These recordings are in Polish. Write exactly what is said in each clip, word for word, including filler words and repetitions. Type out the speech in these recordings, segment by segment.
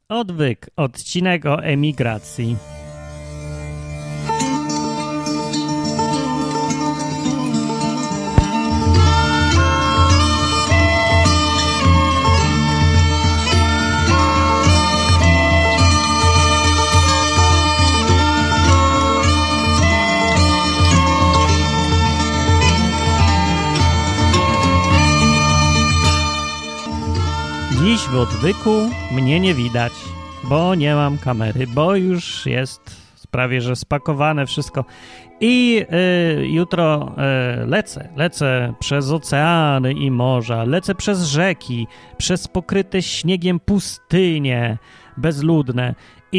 Odwyk, odcinek o emigracji. Dziś w odwyku mnie nie widać, bo nie mam kamery, bo już jest prawie że spakowane wszystko. I y, jutro y, lecę, lecę przez oceany i morza, lecę przez rzeki, przez pokryte śniegiem pustynie bezludne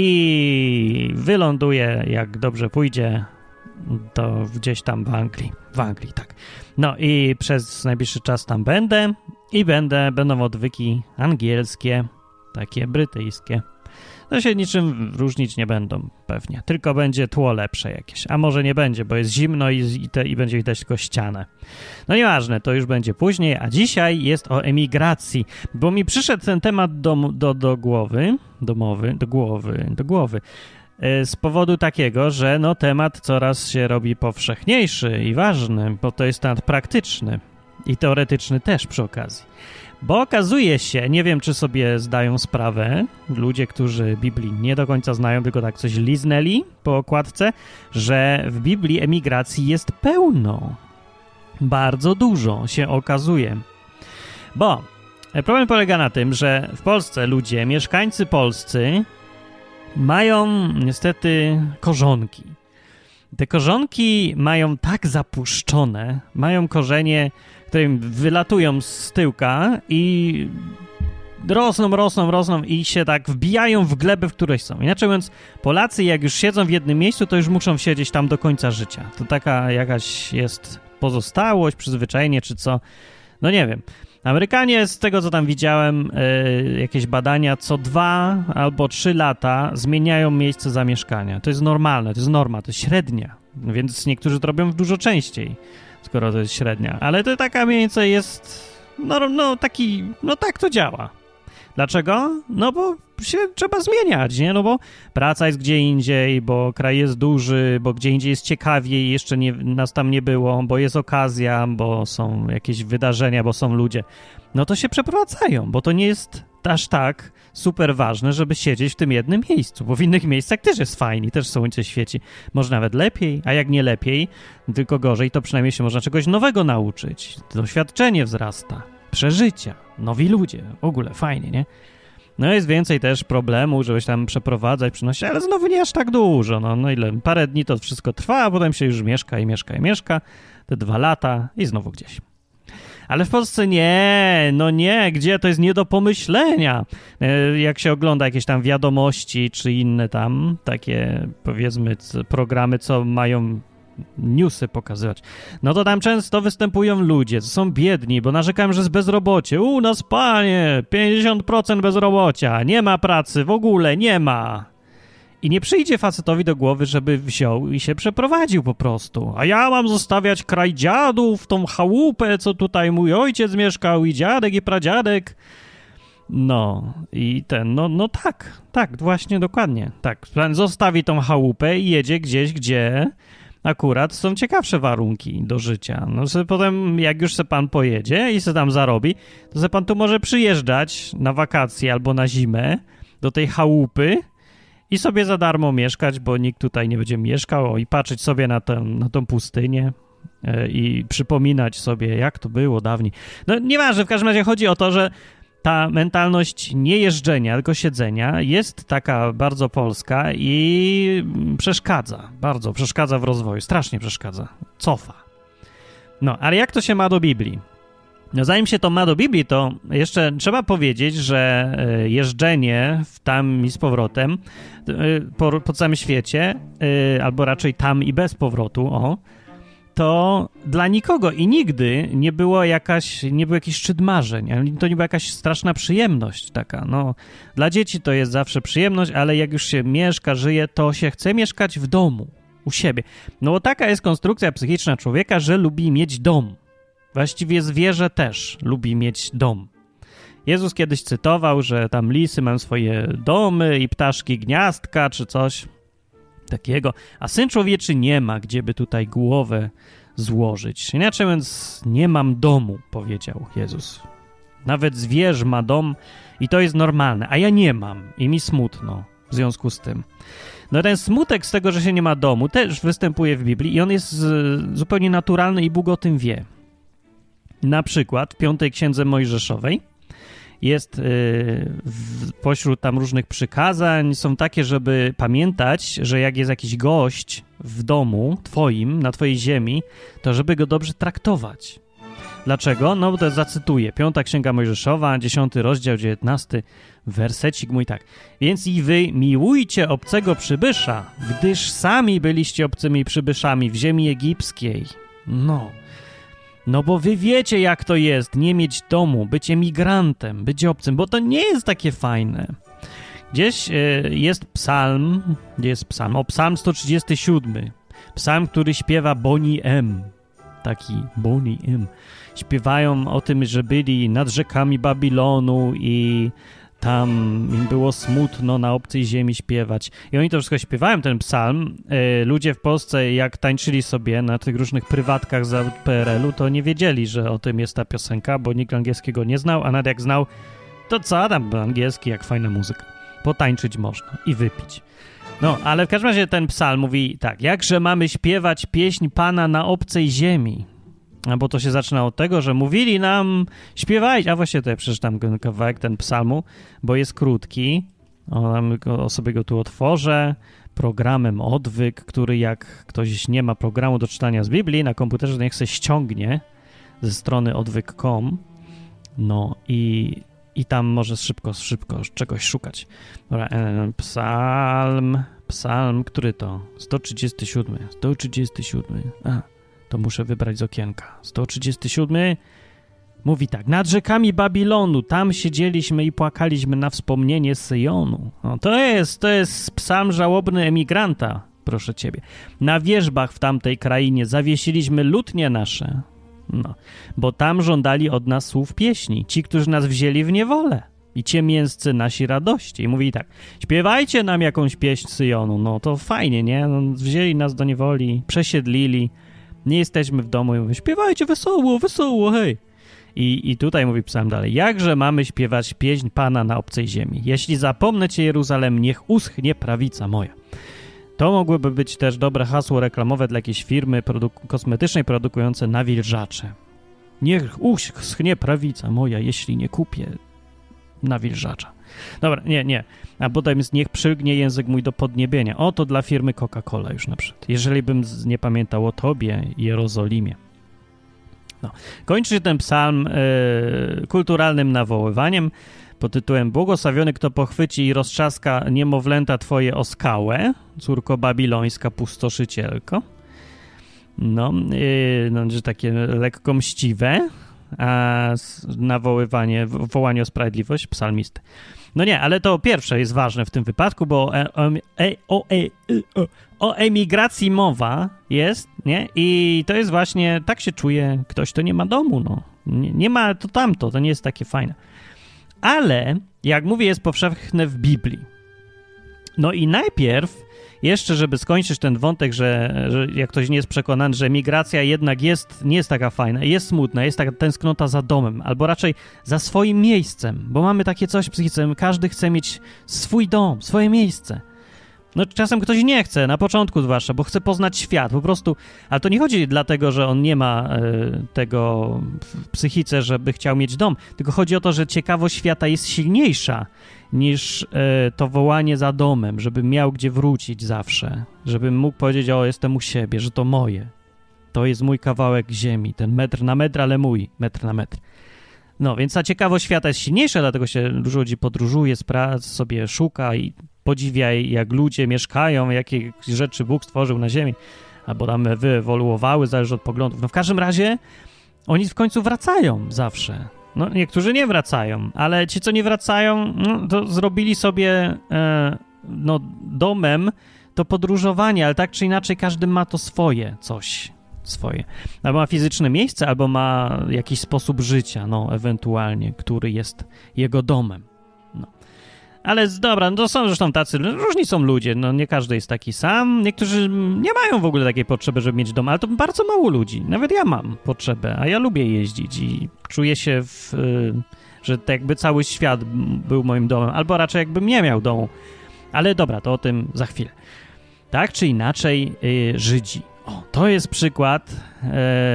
i wyląduję, jak dobrze pójdzie, to gdzieś tam w Anglii. W Anglii, tak. No i przez najbliższy czas tam będę i będę, będą odwyki angielskie, takie brytyjskie. To się niczym różnić nie będą pewnie, tylko będzie tło lepsze jakieś, a może nie będzie, bo jest zimno i, i, te, i będzie widać tylko ścianę. No nieważne, to już będzie później, a dzisiaj jest o emigracji, bo mi przyszedł ten temat do, do, do głowy, domowy, do głowy, do głowy, z powodu takiego, że no temat coraz się robi powszechniejszy i ważny, bo to jest temat praktyczny i teoretyczny też przy okazji. Bo okazuje się, nie wiem czy sobie zdają sprawę, ludzie, którzy Biblii nie do końca znają, tylko tak coś liznęli po okładce, że w Biblii emigracji jest pełno. Bardzo dużo się okazuje. Bo problem polega na tym, że w Polsce ludzie, mieszkańcy polscy mają niestety korzonki. Te korzonki mają tak zapuszczone, mają korzenie, które im wylatują z tyłka i rosną, rosną, rosną i się tak wbijają w glebę, w której są. Inaczej mówiąc, Polacy jak już siedzą w jednym miejscu, to już muszą siedzieć tam do końca życia. To taka jakaś jest pozostałość, przyzwyczajenie czy co, no nie wiem. Amerykanie, z tego co tam widziałem, yy, jakieś badania, co dwa albo trzy lata zmieniają miejsce zamieszkania. To jest normalne, to jest norma, to jest średnia, więc niektórzy to robią dużo częściej, skoro to jest średnia. Ale to taka mniej więcej jest, no, no taki, no tak to działa. Dlaczego? No bo się trzeba zmieniać, nie? No bo praca jest gdzie indziej, bo kraj jest duży, bo gdzie indziej jest ciekawiej, jeszcze nie, nas tam nie było, bo jest okazja, bo są jakieś wydarzenia, bo są ludzie. No to się przeprowadzają, bo to nie jest aż tak super ważne, żeby siedzieć w tym jednym miejscu, bo w innych miejscach też jest fajnie, też słońce świeci. Może nawet lepiej, a jak nie lepiej, tylko gorzej, to przynajmniej się można czegoś nowego nauczyć. Doświadczenie wzrasta, przeżycia, nowi ludzie, w ogóle fajnie, nie? No jest więcej też problemu, żeby się tam przeprowadzać, przynosić, ale znowu nie aż tak dużo, no, no ile, parę dni to wszystko trwa, a potem się już mieszka i mieszka i mieszka, te dwa lata i znowu gdzieś. Ale w Polsce nie, no nie, gdzie to jest nie do pomyślenia. Jak się ogląda jakieś tam wiadomości czy inne tam takie, powiedzmy, programy, co mają newsy pokazywać, no to tam często występują ludzie, co są biedni, bo narzekają, że jest bezrobocie. U nas, panie, pięćdziesiąt procent bezrobocia, nie ma pracy, w ogóle nie ma. I nie przyjdzie facetowi do głowy, żeby wziął i się przeprowadził po prostu. A ja mam zostawiać kraj dziadów, tą chałupę, co tutaj mój ojciec mieszkał i dziadek i pradziadek. No i ten, no, no tak, tak, właśnie dokładnie, tak. Zostawi tą chałupę i jedzie gdzieś, gdzie akurat są ciekawsze warunki do życia. No sobie potem, jak już se pan pojedzie i se tam zarobi, to se pan tu może przyjeżdżać na wakacje albo na zimę do tej chałupy i sobie za darmo mieszkać, bo nikt tutaj nie będzie mieszkał, i patrzeć sobie na, tę, na tą pustynię yy, i przypominać sobie, jak to było dawniej. No nieważne, w każdym razie chodzi o to, że ta mentalność nie jeżdżenia, tylko siedzenia jest taka bardzo polska i przeszkadza, bardzo przeszkadza w rozwoju, strasznie przeszkadza, cofa. No, ale jak to się ma do Biblii? No zanim się to ma do Biblii, to jeszcze trzeba powiedzieć, że jeżdżenie tam i z powrotem po, po całym świecie, albo raczej tam i bez powrotu, o, to dla nikogo i nigdy nie było jakaś, nie był jakiś szczyt marzeń, to nie była jakaś straszna przyjemność taka, no. Dla dzieci to jest zawsze przyjemność, ale jak już się mieszka, żyje, to się chce mieszkać w domu, u siebie. No bo taka jest konstrukcja psychiczna człowieka, że lubi mieć dom. Właściwie zwierzę też lubi mieć dom. Jezus kiedyś cytował, że tam lisy mają swoje domy i ptaszki gniazdka, czy coś takiego, a Syn Człowieczy nie ma, gdzie by tutaj głowę złożyć. Inaczej mówiąc, nie mam domu, powiedział Jezus. Nawet zwierz ma dom i to jest normalne, a ja nie mam i mi smutno w związku z tym. No ten smutek z tego, że się nie ma domu, też występuje w Biblii i on jest z, zupełnie naturalny i Bóg o tym wie. Na przykład w piątej Księdze Mojżeszowej jest yy, w, pośród tam różnych przykazań, są takie, żeby pamiętać, że jak jest jakiś gość w domu twoim, na twojej ziemi, to żeby go dobrze traktować. Dlaczego? No bo to zacytuję. Piąta Księga Mojżeszowa, dziesiąty rozdział, dziewiętnasty wersecik mój tak. Więc i wy miłujcie obcego przybysza, gdyż sami byliście obcymi przybyszami w ziemi egipskiej. No. No bo wy wiecie, jak to jest nie mieć domu, być emigrantem, być obcym, bo to nie jest takie fajne. Gdzieś y, jest psalm, gdzie jest psalm, o psalm sto trzydziesty siódmy. Psalm, który śpiewa Bonnie M. Taki Bonnie M. Śpiewają o tym, że byli nad rzekami Babilonu i tam im było smutno na obcej ziemi śpiewać. I oni to wszystko śpiewają, ten psalm. Yy, ludzie w Polsce, jak tańczyli sobie na tych różnych prywatkach za P R L u, to nie wiedzieli, że o tym jest ta piosenka, bo nikt angielskiego nie znał, a nawet jak znał, to co tam angielski, jak fajna muzyka. Potańczyć można i wypić. No, ale w każdym razie ten psalm mówi tak, jakże mamy śpiewać pieśń Pana na obcej ziemi. A bo to się zaczyna od tego, że mówili nam śpiewajcie, a właściwie to ja przeczytam kawałek ten psalmu, bo jest krótki, o, o sobie go tu otworzę, programem Odwyk, który jak ktoś nie ma programu do czytania z Biblii na komputerze, to niech se ściągnie ze strony odwyk kropka com, no i, i tam może szybko, szybko czegoś szukać. Dobra, e, psalm, psalm, który to? sto trzydziesty siódmy, sto trzydziesty siódmy, a. To muszę wybrać z okienka. sto trzydziesty siódmy mówi tak. Nad rzekami Babilonu, tam siedzieliśmy i płakaliśmy na wspomnienie Syjonu. No, to jest, to jest psalm żałobny emigranta, proszę ciebie. Na wierzbach w tamtej krainie zawiesiliśmy lutnie nasze. No, bo tam żądali od nas słów pieśni. Ci, którzy nas wzięli w niewolę. I ciemięscy nasi radości. I mówi tak, śpiewajcie nam jakąś pieśń Syjonu. No to fajnie, nie? No, wzięli nas do niewoli, przesiedlili. Nie jesteśmy w domu i mówię, śpiewajcie wesoło, wesoło, hej. I, I tutaj mówi psalm dalej, jakże mamy śpiewać pieśń Pana na obcej ziemi. Jeśli zapomnę Cię, Jeruzalem, niech uschnie prawica moja. To mogłoby być też dobre hasło reklamowe dla jakiejś firmy produk- kosmetycznej produkującej nawilżacze. Niech uschnie prawica moja, jeśli nie kupię nawilżacza. Dobra, nie, nie. A potem jest niech przylgnie język mój do podniebienia. O, to dla firmy Coca-Cola już na przykład. Jeżeli bym nie pamiętał o Tobie, Jerozolimie. No. Kończy się ten psalm yy, kulturalnym nawoływaniem pod tytułem Błogosławiony, kto pochwyci i roztrzaska niemowlęta Twoje o skałę, córko babilońska pustoszycielko. No, yy, no że takie lekko mściwe, a nawoływanie, wołanie o sprawiedliwość psalmisty. No nie, ale to pierwsze jest ważne w tym wypadku, bo o, e, o, e, o emigracji mowa jest, nie? I to jest właśnie, tak się czuje ktoś, kto nie ma domu, no. Nie, nie ma to tamto, to nie jest takie fajne. Ale, jak mówię, jest powszechne w Biblii. No i najpierw, jeszcze żeby skończyć ten wątek, że, że jak ktoś nie jest przekonany, że migracja jednak jest, nie jest taka fajna, jest smutna, jest taka tęsknota za domem, albo raczej za swoim miejscem, bo mamy takie coś w psychice, każdy chce mieć swój dom, swoje miejsce. No czasem ktoś nie chce, na początku zwłaszcza, bo chce poznać świat, po prostu, ale to nie chodzi dlatego, że on nie ma y, tego w psychice, żeby chciał mieć dom, tylko chodzi o to, że ciekawość świata jest silniejsza niż y, to wołanie za domem, żebym miał gdzie wrócić zawsze, żebym mógł powiedzieć, o, jestem u siebie, że to moje, to jest mój kawałek ziemi, ten metr na metr, ale mój, metr na metr. No, więc ta ciekawość świata jest silniejsza, dlatego się dużo ludzi podróżuje, spra- sobie szuka i podziwia, jak ludzie mieszkają, jakie rzeczy Bóg stworzył na ziemi, albo tam wyewoluowały, zależy od poglądów. No w każdym razie oni w końcu wracają zawsze. No niektórzy nie wracają, ale ci, co nie wracają, no, to zrobili sobie e, no, domem to podróżowanie, ale tak czy inaczej każdy ma to swoje coś. swoje. Albo ma fizyczne miejsce, albo ma jakiś sposób życia, no ewentualnie, który jest jego domem. No. Ale dobra, no to są zresztą tacy, różni są ludzie, no nie każdy jest taki sam, niektórzy nie mają w ogóle takiej potrzeby, żeby mieć dom, ale to bardzo mało ludzi, nawet ja mam potrzebę, a ja lubię jeździć i czuję się, w, że tak jakby cały świat był moim domem, albo raczej jakbym nie miał domu, ale dobra, to o tym za chwilę. Tak czy inaczej, yy, Żydzi. O, to jest przykład, yy,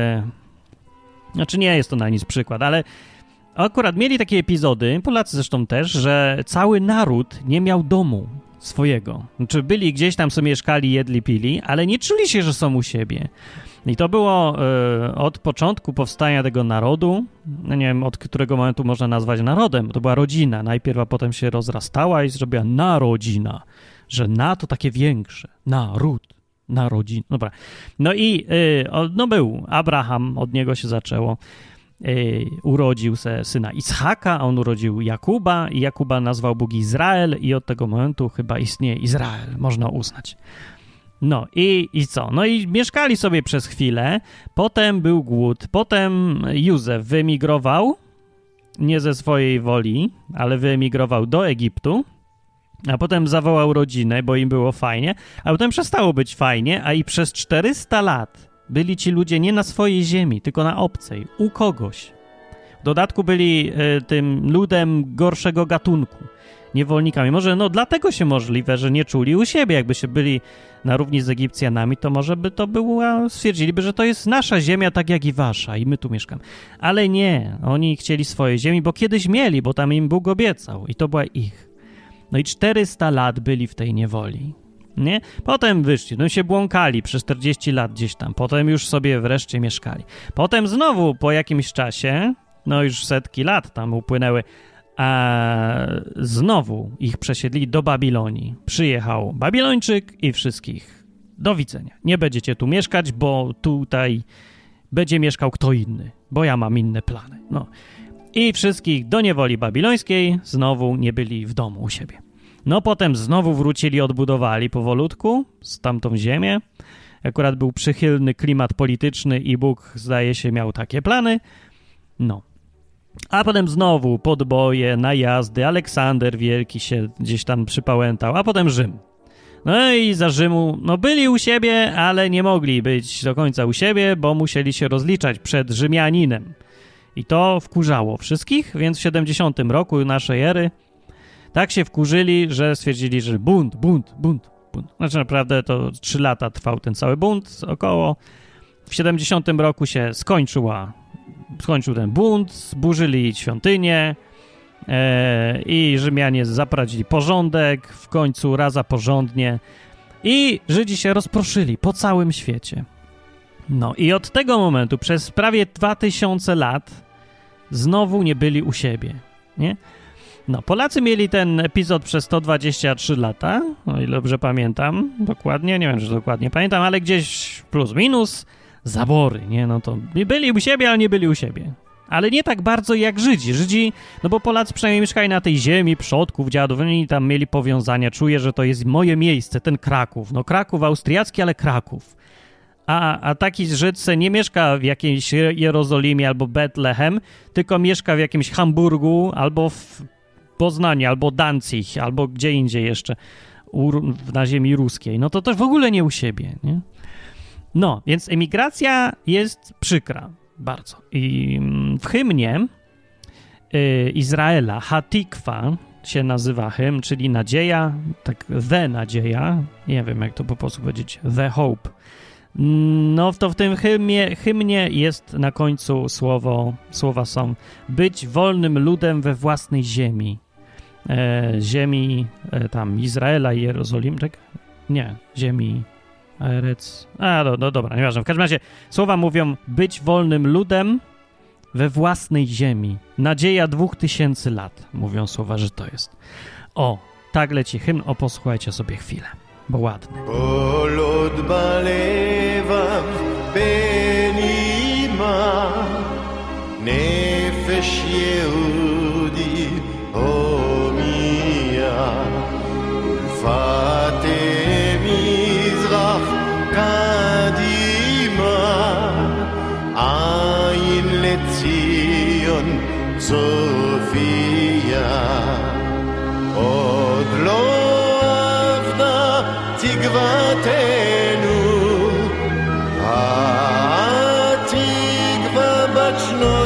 znaczy nie jest to na nic przykład, ale akurat mieli takie epizody, Polacy zresztą też, że cały naród nie miał domu swojego. Znaczy byli gdzieś tam, sobie mieszkali, jedli, pili, ale nie czuli się, że są u siebie. I to było y, od początku powstania tego narodu, no nie wiem, od którego momentu można nazwać narodem, to była rodzina najpierw, a potem się rozrastała i zrobiła narodzina, że na to takie większe, naród, narodzina. Dobra. No i y, no był Abraham, od niego się zaczęło. Yy, urodził se syna Ischaka, a on urodził Jakuba i Jakuba nazwał Bóg Izrael i od tego momentu chyba istnieje Izrael, można uznać. No i, i co? No i mieszkali sobie przez chwilę, potem był głód, potem Józef wyemigrował, nie ze swojej woli, ale wyemigrował do Egiptu, a potem zawołał rodzinę, bo im było fajnie, a potem przestało być fajnie, a i przez czterysta lat byli ci ludzie nie na swojej ziemi, tylko na obcej, u kogoś. W dodatku byli y, tym ludem gorszego gatunku, niewolnikami. Może no dlatego się możliwe, że nie czuli u siebie. Jakby się byli na równi z Egipcjanami, to może by to było, stwierdziliby, że to jest nasza ziemia, tak jak i wasza i my tu mieszkamy. Ale nie, oni chcieli swojej ziemi, bo kiedyś mieli, bo tam im Bóg obiecał i to była ich. No i czterysta lat byli w tej niewoli. Nie? Potem wyszli, no się błąkali przez czterdzieści lat gdzieś tam, potem już sobie wreszcie mieszkali. Potem znowu po jakimś czasie, no już setki lat tam upłynęły, a znowu ich przesiedli do Babilonii. Przyjechał Babilończyk i wszystkich. Do widzenia. Nie będziecie tu mieszkać, bo tutaj będzie mieszkał kto inny, bo ja mam inne plany. No. I wszystkich do niewoli babilońskiej, znowu nie byli w domu u siebie. No potem znowu wrócili, odbudowali powolutku z tamtą ziemię. Akurat był przychylny klimat polityczny i Bóg, zdaje się, miał takie plany. No. A potem znowu podboje, najazdy, Aleksander Wielki się gdzieś tam przypałętał, a potem Rzym. No i za Rzymu, no byli u siebie, ale nie mogli być do końca u siebie, bo musieli się rozliczać przed Rzymianinem. I to wkurzało wszystkich, więc w siedemdziesiątym roku naszej ery tak się wkurzyli, że stwierdzili, że bunt, bunt, bunt, bunt. Znaczy naprawdę to trzy lata trwał ten cały bunt około. W siedemdziesiątym roku się skończyła, skończył ten bunt, zburzyli świątynię e, i Rzymianie zaprowadzili porządek, w końcu raza porządnie i Żydzi się rozproszyli po całym świecie. No i od tego momentu przez prawie dwa tysiące lat znowu nie byli u siebie, nie? No, Polacy mieli ten epizod przez sto dwadzieścia trzy lata, o ile dobrze pamiętam, dokładnie, nie wiem, czy dokładnie pamiętam, ale gdzieś plus minus zabory, nie, no to byli u siebie, ale nie byli u siebie. Ale nie tak bardzo jak Żydzi. Żydzi, no bo Polacy przynajmniej mieszkali na tej ziemi, przodków, dziadów, oni tam mieli powiązania, czuję, że to jest moje miejsce, ten Kraków, no Kraków austriacki, ale Kraków. A, a taki Żyd se nie mieszka w jakiejś Jerozolimie albo Betlehem, tylko mieszka w jakimś Hamburgu albo w Poznaniu, albo Danzig, albo gdzie indziej jeszcze u, na ziemi ruskiej. No to też w ogóle nie u siebie, nie? No, więc emigracja jest przykra bardzo. I w hymnie y, Izraela, Hatikwa się nazywa hymn, czyli nadzieja, tak the nadzieja, nie wiem jak to po polsku powiedzieć, the hope. No to w tym hymnie, hymnie jest na końcu słowo, słowa są być wolnym ludem we własnej ziemi. E, ziemi e, tam Izraela i Jerozolimy, czek? Nie, ziemi Erec. A, no, no dobra, nieważne. W każdym razie słowa mówią być wolnym ludem we własnej ziemi. Nadzieja dwóch tysięcy lat, mówią słowa, że to jest. O, tak leci hymn, o posłuchajcie sobie chwilę, bo ładny. Fate Mizrach Kadima סופיה עוד לא עבדה תקוותנו התקווה בת שנות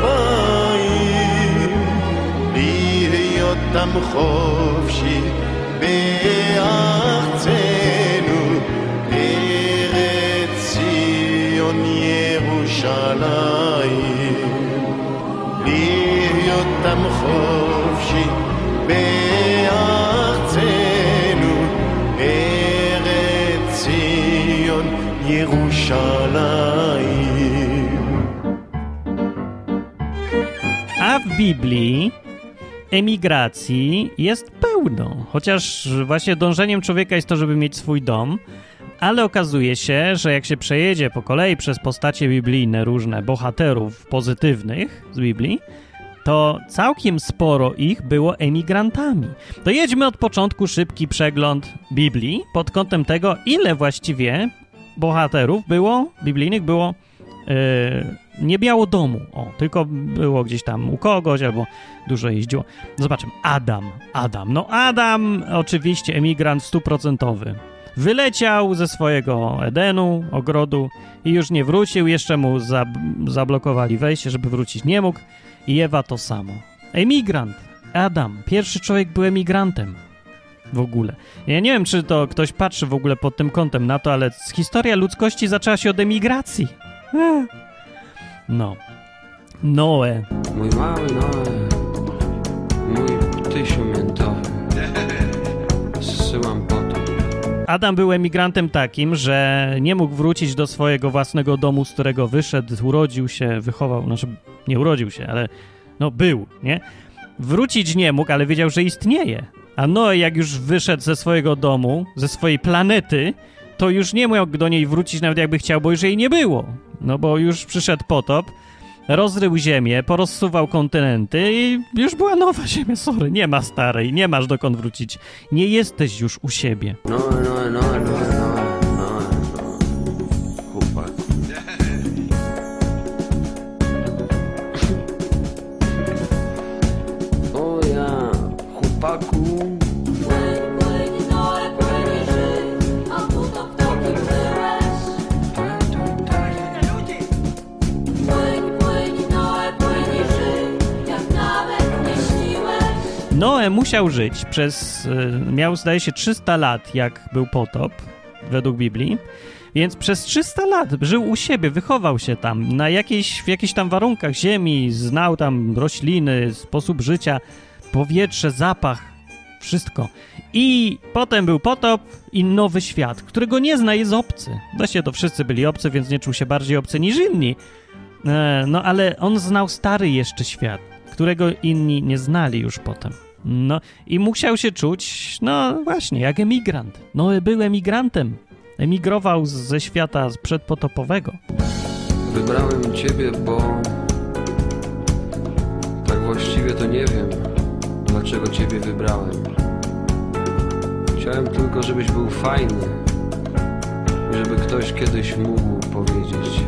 אלפיים להיות עם חופשי בארצנו ארץ ציון ירושלים להיות עם חופשי בארצנו ארץ ציון ירושלים. A w Biblii emigracji jest pełno, chociaż właśnie dążeniem człowieka jest to, żeby mieć swój dom, ale okazuje się, że jak się przejedzie po kolei przez postacie biblijne różne bohaterów pozytywnych z Biblii, to całkiem sporo ich było emigrantami. To jedźmy od początku szybki przegląd Biblii pod kątem tego, ile właściwie bohaterów było, biblijnych było, yy, nie miało domu, o, tylko było gdzieś tam u kogoś albo dużo jeździło. Zobaczmy, Adam, Adam, no Adam oczywiście emigrant stuprocentowy. Wyleciał ze swojego Edenu, ogrodu i już nie wrócił, jeszcze mu zab- zablokowali wejście, żeby wrócić nie mógł. I Ewa to samo. Emigrant, Adam, pierwszy człowiek był emigrantem w ogóle. Ja nie wiem, czy to ktoś patrzy w ogóle pod tym kątem na to, ale historia ludzkości zaczęła się od emigracji. No. Noe. Mój mały Noe, mój ptysiu miętowy, zsyłam po to. Adam był emigrantem takim, że nie mógł wrócić do swojego własnego domu, z którego wyszedł, urodził się, wychował, znaczy nie urodził się, ale no był, nie? Wrócić nie mógł, ale wiedział, że istnieje. A Noe jak już wyszedł ze swojego domu, ze swojej planety, to już nie mógł do niej wrócić nawet jakby chciał, bo już jej nie było. No bo już przyszedł potop, rozrył ziemię, porozsuwał kontynenty i już była nowa ziemia, sorry, nie ma starej, nie masz dokąd wrócić. Nie jesteś już u siebie. Noe, Noe, Noe, Noe, Noe, Noe, chłopak. O ja, chłopaku. Noe musiał żyć przez, y, miał zdaje się trzysta lat, jak był potop, według Biblii, więc przez trzysta lat żył u siebie, wychował się tam, na jakiejś, w jakichś tam warunkach ziemi, znał tam rośliny, sposób życia, powietrze, zapach, wszystko. I potem był potop i nowy świat, którego nie zna, jest obcy. Właściwie to wszyscy byli obcy, więc nie czuł się bardziej obcy niż inni. E, no ale on znał stary jeszcze świat, którego inni nie znali już potem. No i musiał się czuć, no właśnie, jak emigrant. No był emigrantem. Emigrował ze świata przedpotopowego. Wybrałem ciebie, bo tak właściwie to nie wiem, dlaczego ciebie wybrałem. Chciałem tylko, żebyś był fajny i żeby ktoś kiedyś mógł powiedzieć: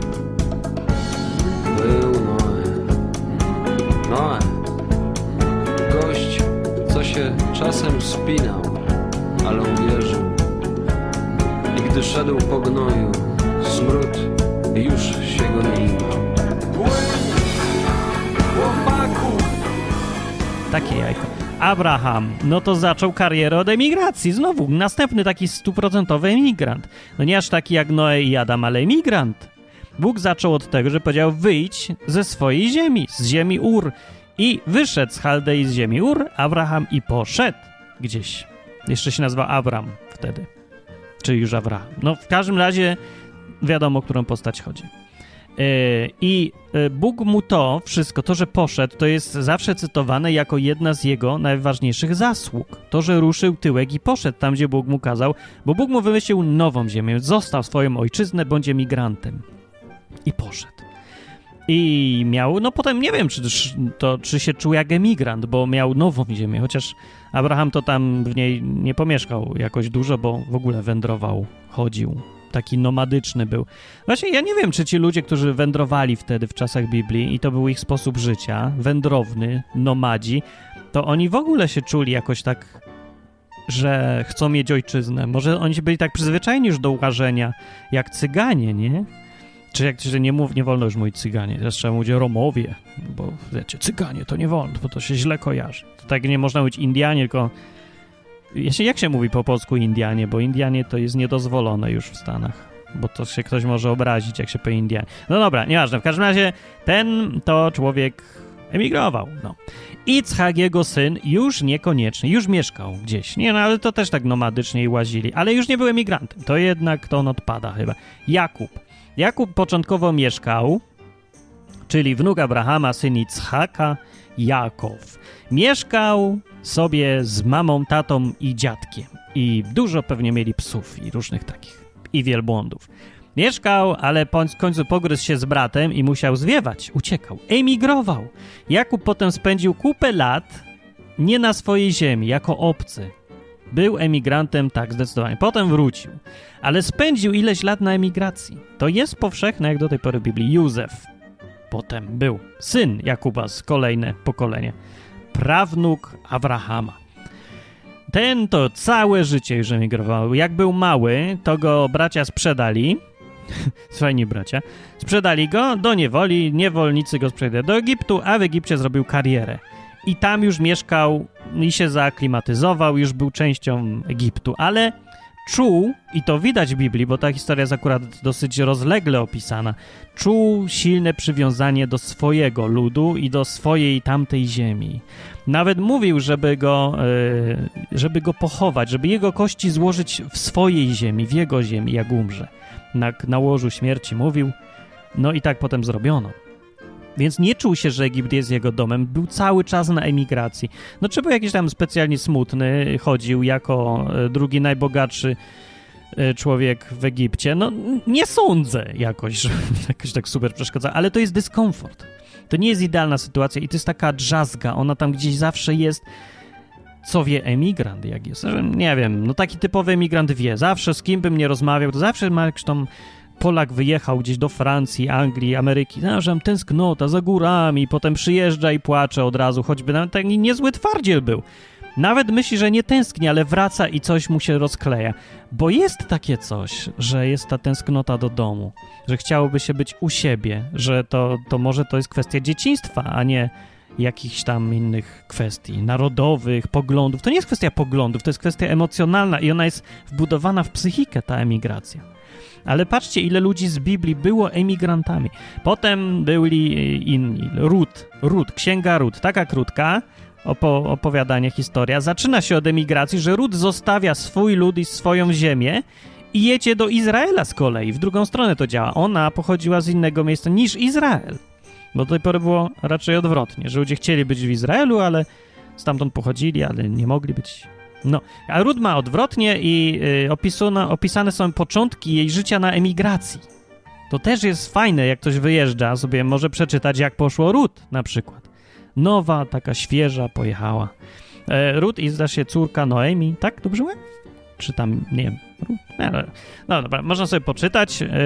był Noe. Noe. Gość, co się czasem spinał, ale uwierzył. I gdy szedł po gnoju, smród już się go nie imał. Chłopaku! Takie jajko. Abraham, no to zaczął karierę od emigracji. Znowu, następny taki stuprocentowy emigrant. No nie aż taki jak Noe i Adam, ale emigrant. Bóg zaczął od tego, że powiedział: wyjdź ze swojej ziemi, z ziemi Ur. I wyszedł z Chaldei, z ziemi Ur, Abraham, i poszedł gdzieś. Jeszcze się nazywa Abram wtedy. Czy już Abraham. No w każdym razie wiadomo, o którą postać chodzi. Yy, I yy, Bóg mu to wszystko, to, że poszedł, to jest zawsze cytowane jako jedna z jego najważniejszych zasług. To, że ruszył tyłek i poszedł tam, gdzie Bóg mu kazał, bo Bóg mu wymyślił nową ziemię. Został swoją ojczyznę, bądź emigrantem. I poszedł. I miał, no potem nie wiem, czy, to, czy się czuł jak emigrant, bo miał nową ziemię, chociaż Abraham to tam w niej nie pomieszkał jakoś dużo, bo w ogóle wędrował, chodził taki nomadyczny był. Właśnie ja nie wiem, czy ci ludzie, którzy wędrowali wtedy w czasach Biblii i to był ich sposób życia, wędrowny, nomadzi, to oni w ogóle się czuli jakoś tak, że chcą mieć ojczyznę. Może oni byli tak przyzwyczajeni już do łażenia, jak Cyganie, nie? Czy jak że nie mów, nie wolno już mówić Cyganie, teraz trzeba mówić Romowie, bo wiecie, Cyganie to nie wolno, bo to się źle kojarzy. To tak nie można mówić Indianie, tylko jak się mówi po polsku Indianie, bo Indianie to jest niedozwolone już w Stanach, bo to się ktoś może obrazić, jak się powie Indianie. No dobra, nieważne, w każdym razie ten to człowiek emigrował, no. Itzhak, jego syn, już niekoniecznie, już mieszkał gdzieś, nie no, ale to też tak nomadycznie i łazili, ale już nie był emigrantem, to jednak to on odpada chyba. Jakub. Jakub początkowo mieszkał, czyli wnuk Abrahama, syn Itzhaka, Jakow. Mieszkał sobie z mamą, tatą i dziadkiem. I dużo pewnie mieli psów i różnych takich, i wielbłądów. Mieszkał, ale w końcu pogryzł się z bratem i musiał zwiewać. Uciekał, emigrował. Jakub potem spędził kupę lat nie na swojej ziemi, jako obcy. Był emigrantem, tak, zdecydowanie. Potem wrócił, ale spędził ileś lat na emigracji. To jest powszechne, jak do tej pory w Biblii. Józef potem był syn Jakuba z kolejne pokolenie. Prawnuk Abrahama. Ten to całe życie już emigrował. Jak był mały, to go bracia sprzedali. Fajni bracia. Sprzedali go do niewoli, niewolnicy go sprzedali do Egiptu, a w Egipcie zrobił karierę. I tam już mieszkał i się zaaklimatyzował, już był częścią Egiptu, ale czuł, i to widać w Biblii, bo ta historia jest akurat dosyć rozlegle opisana, czuł silne przywiązanie do swojego ludu i do swojej tamtej ziemi. Nawet mówił, żeby go, żeby go pochować, żeby jego kości złożyć w swojej ziemi, w jego ziemi, jak umrze. Na, na łożu śmierci mówił, no i tak potem zrobiono. Więc nie czuł się, że Egipt jest jego domem. Był cały czas na emigracji. No czy był jakiś tam specjalnie smutny, chodził jako drugi najbogatszy człowiek w Egipcie. No nie sądzę jakoś, że jakoś tak super przeszkadza, ale to jest dyskomfort. To nie jest idealna sytuacja i to jest taka drzazga. Ona tam gdzieś zawsze jest. Co wie emigrant, jak jest? Nie wiem, no taki typowy emigrant wie. Zawsze z kim bym nie rozmawiał, to zawsze ma jakiś tam Polak wyjechał gdzieś do Francji, Anglii, Ameryki, zawsze mam tęsknota za górami, potem przyjeżdża i płacze od razu, choćby nawet taki niezły twardziel był. Nawet myśli, że nie tęskni, ale wraca i coś mu się rozkleja. Bo jest takie coś, że jest ta tęsknota do domu, że chciałoby się być u siebie, że to, to może to jest kwestia dzieciństwa, a nie jakichś tam innych kwestii narodowych, poglądów. To nie jest kwestia poglądów, to jest kwestia emocjonalna i ona jest wbudowana w psychikę, ta emigracja. Ale patrzcie, ile ludzi z Biblii było emigrantami. Potem byli inni. Rut, Rut, księga Rut, taka krótka opo- opowiadanie, historia. Zaczyna się od emigracji, że Rut zostawia swój lud i swoją ziemię i jedzie do Izraela z kolei. W drugą stronę to działa. Ona pochodziła z innego miejsca niż Izrael. Bo do tej pory było raczej odwrotnie, że ludzie chcieli być w Izraelu, ale stamtąd pochodzili, ale nie mogli być. No, a Rut ma odwrotnie i y, opisano, opisane są początki jej życia na emigracji. To też jest fajne, jak ktoś wyjeżdża, sobie może przeczytać, jak poszło Rut na przykład. Nowa, taka świeża, pojechała. E, Rut i zda się córka Noemi, tak? Dobrze mówię? Czy tam, nie wiem. No, no dobra, można sobie poczytać e,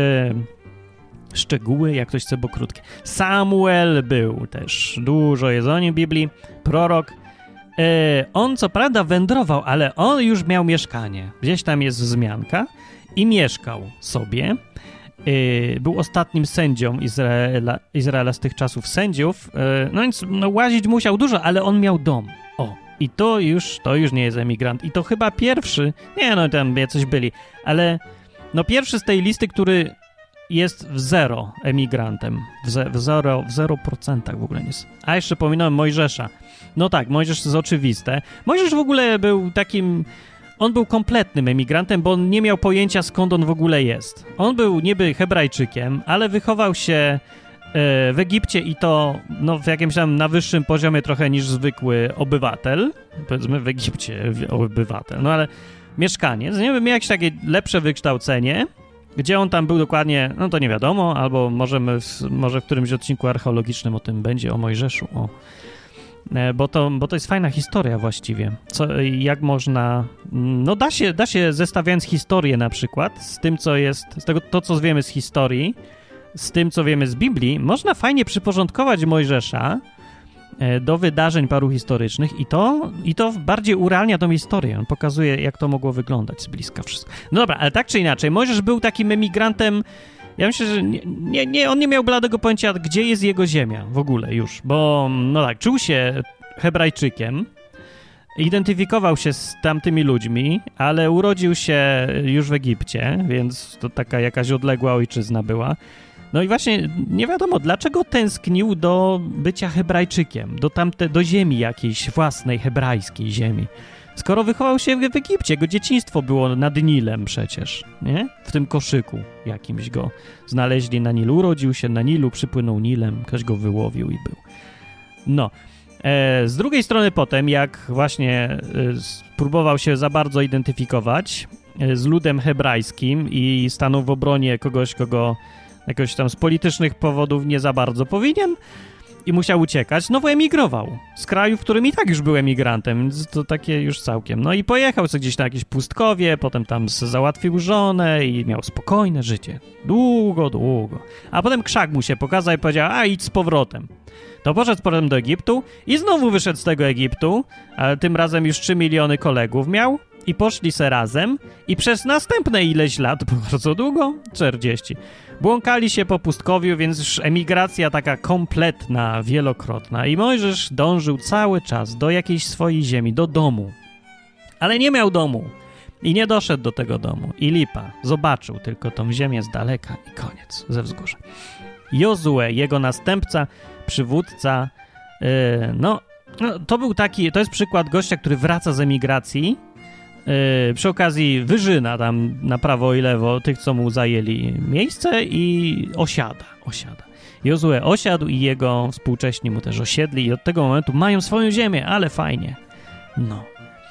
szczegóły, jak ktoś chce, bo krótkie. Samuel był też, dużo jest o nim w Biblii, prorok. E, on co prawda wędrował, ale on już miał mieszkanie. Gdzieś tam jest wzmianka i mieszkał sobie. E, był ostatnim sędzią Izraela, Izraela z tych czasów sędziów. E, no więc no, łazić musiał dużo, ale on miał dom. O, i to już, to już nie jest emigrant. I to chyba pierwszy, nie no tam jacyś byli, ale no pierwszy z tej listy, który jest w zero emigrantem. W, ze, w, zero, w zero procentach w ogóle nie jest. A jeszcze pominąłem Mojżesza. No tak, Mojżesz jest oczywiste. Mojżesz w ogóle był takim... On był kompletnym emigrantem, bo on nie miał pojęcia, skąd on w ogóle jest. On był niby Hebrajczykiem, ale wychował się e, w Egipcie i to no, w jakimś tam na wyższym poziomie trochę niż zwykły obywatel. Powiedzmy w Egipcie obywatel. No ale mieszkaniec. Nie wiem, miał jakieś takie lepsze wykształcenie. Gdzie on tam był dokładnie, no to nie wiadomo, albo możemy w, może w którymś odcinku archeologicznym o tym będzie, o Mojżeszu. O. bo to, bo to jest fajna historia właściwie. Co, jak można... No da się, da się zestawiając historię na przykład z tym, co jest... Z tego, to, co wiemy z historii, z tym, co wiemy z Biblii, można fajnie przyporządkować Mojżesza do wydarzeń paru historycznych i to, i to bardziej urealnia tą historię. On pokazuje, jak to mogło wyglądać z bliska wszystko. No dobra, ale tak czy inaczej, Mojżesz był takim emigrantem. Ja myślę, że nie, nie, nie, on nie miał bladego pojęcia, gdzie jest jego ziemia w ogóle już, bo no tak, czuł się Hebrajczykiem, identyfikował się z tamtymi ludźmi, ale urodził się już w Egipcie, więc to taka jakaś odległa ojczyzna była. No i właśnie nie wiadomo, dlaczego tęsknił do bycia Hebrajczykiem, do tamte, do ziemi jakiejś własnej hebrajskiej ziemi. Skoro wychował się w Egipcie, jego dzieciństwo było nad Nilem przecież, nie? W tym koszyku jakimś go znaleźli na Nilu. Urodził się na Nilu, przypłynął Nilem, ktoś go wyłowił i był. No. E, z drugiej strony potem, jak właśnie e, spróbował się za bardzo identyfikować e, z ludem hebrajskim i stanął w obronie kogoś, kogo jakoś tam z politycznych powodów nie za bardzo powinien i musiał uciekać, znowu emigrował z kraju, w którym i tak już był emigrantem, więc to takie już całkiem. No i pojechał sobie gdzieś na jakieś pustkowie, potem tam załatwił żonę i miał spokojne życie. Długo, długo. A potem krzak mu się pokazał i powiedział, a idź z powrotem. To poszedł z powrotem do Egiptu i znowu wyszedł z tego Egiptu, ale tym razem już trzy miliony kolegów miał i poszli se razem i przez następne ileś lat, bardzo długo, czterdzieści, błąkali się po pustkowiu, więc już emigracja taka kompletna, wielokrotna i Mojżesz dążył cały czas do jakiejś swojej ziemi, do domu, ale nie miał domu i nie doszedł do tego domu i lipa, zobaczył tylko tą ziemię z daleka i koniec, ze wzgórza. Jozue, jego następca, przywódca, yy, no, no to był taki, to jest przykład gościa, który wraca z emigracji, Yy, przy okazji wyżyna tam na prawo i lewo tych, co mu zajęli miejsce i osiada, osiada. Jozue osiadł i jego współcześni mu też osiedli i od tego momentu mają swoją ziemię, ale fajnie. No.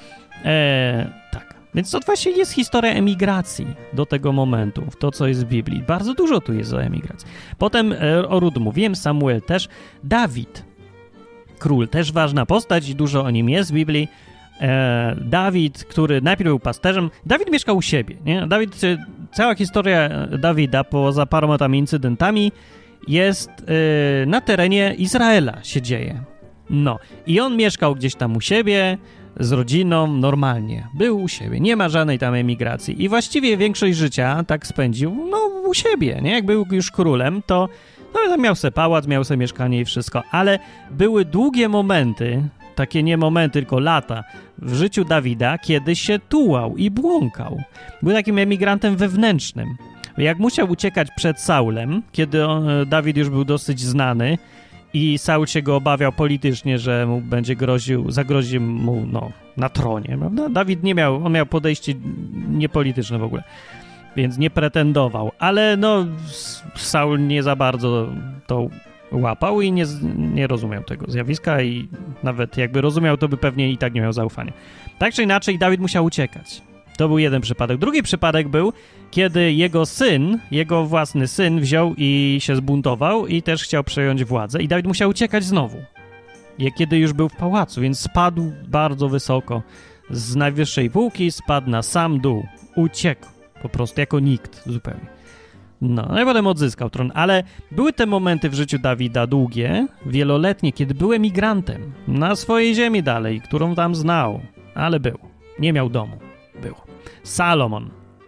Eee, tak. Więc to właśnie jest historia emigracji do tego momentu, w to, co jest w Biblii. Bardzo dużo tu jest o emigracji. Potem e, o Rut mówiłem, Samuel też. Dawid, król, też ważna postać i dużo o nim jest w Biblii. E, Dawid, który najpierw był pasterzem, Dawid mieszkał u siebie, nie? Dawid, cała historia Dawida poza paroma tam incydentami jest e, na terenie Izraela się dzieje. No i on mieszkał gdzieś tam u siebie z rodziną, normalnie, był u siebie, nie ma żadnej tam emigracji i właściwie większość życia tak spędził, no u siebie, nie? Jak był już królem, to no, miał se pałac, miał se mieszkanie i wszystko, ale były długie momenty, takie nie momenty, tylko lata w życiu Dawida, kiedy się tułał i błąkał. Był takim emigrantem wewnętrznym. Jak musiał uciekać przed Saulem, kiedy on, Dawid już był dosyć znany i Saul się go obawiał politycznie, że mu będzie groził, zagrozi mu no, na tronie, prawda? Dawid nie miał, on miał podejście niepolityczne w ogóle, więc nie pretendował, ale no Saul nie za bardzo to łapał i nie, nie rozumiał tego zjawiska i nawet jakby rozumiał, to by pewnie i tak nie miał zaufania. Tak czy inaczej Dawid musiał uciekać. To był jeden przypadek. Drugi przypadek był, kiedy jego syn, jego własny syn wziął i się zbuntował i też chciał przejąć władzę i Dawid musiał uciekać znowu. Kiedy już był w pałacu, więc spadł bardzo wysoko. Z najwyższej półki spadł na sam dół. Uciekł po prostu jako nikt zupełnie. No, no i potem odzyskał tron, ale były te momenty w życiu Dawida długie, wieloletnie, kiedy był emigrantem na swojej ziemi dalej, którą tam znał, ale był. Nie miał domu. Był. Salomon.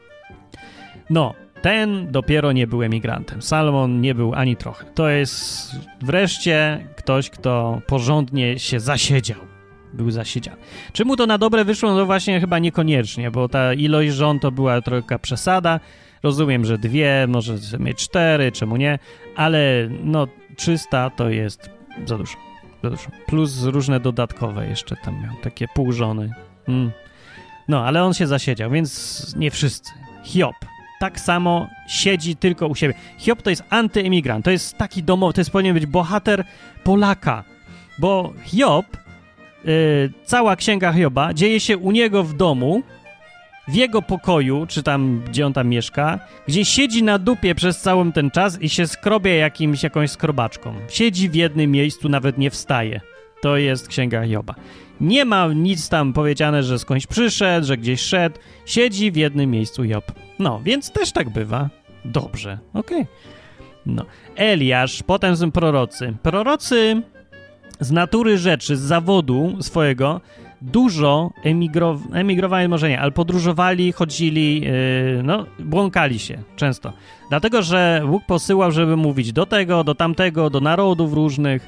No, ten dopiero nie był emigrantem. Salomon nie był ani trochę. To jest wreszcie ktoś, kto porządnie się zasiedział. Był zasiedziany. Czy mu to na dobre wyszło? No właśnie chyba niekoniecznie, bo ta ilość żon to była trochę przesada. Rozumiem, że dwie, może mieć cztery, czemu nie, ale no trzysta to jest za dużo, za dużo. Plus różne dodatkowe jeszcze tam miał, takie pół żony. Mm. No, ale on się zasiedział, więc nie wszyscy. Hiob tak samo siedzi tylko u siebie. Hiob to jest antyemigrant, to jest taki domowy, to jest powinien być bohater Polaka, bo Hiob, yy, cała księga Hioba dzieje się u niego w domu, w jego pokoju, czy tam, gdzie on tam mieszka, gdzie siedzi na dupie przez cały ten czas i się skrobie jakimś, jakąś skrobaczką. Siedzi w jednym miejscu, nawet nie wstaje. to jest Księga Hioba. Nie ma nic tam powiedziane, że skądś przyszedł, że gdzieś szedł. Siedzi w jednym miejscu Hiob. No, więc też tak bywa. Dobrze, okej. Okay. No. Eliasz, potem są prorocy. Prorocy z natury rzeczy, z zawodu swojego dużo emigro... emigrowali, może nie, ale podróżowali, chodzili, yy, no, błąkali się często. Dlatego, że Bóg posyłał, żeby mówić do tego, do tamtego, do narodów różnych.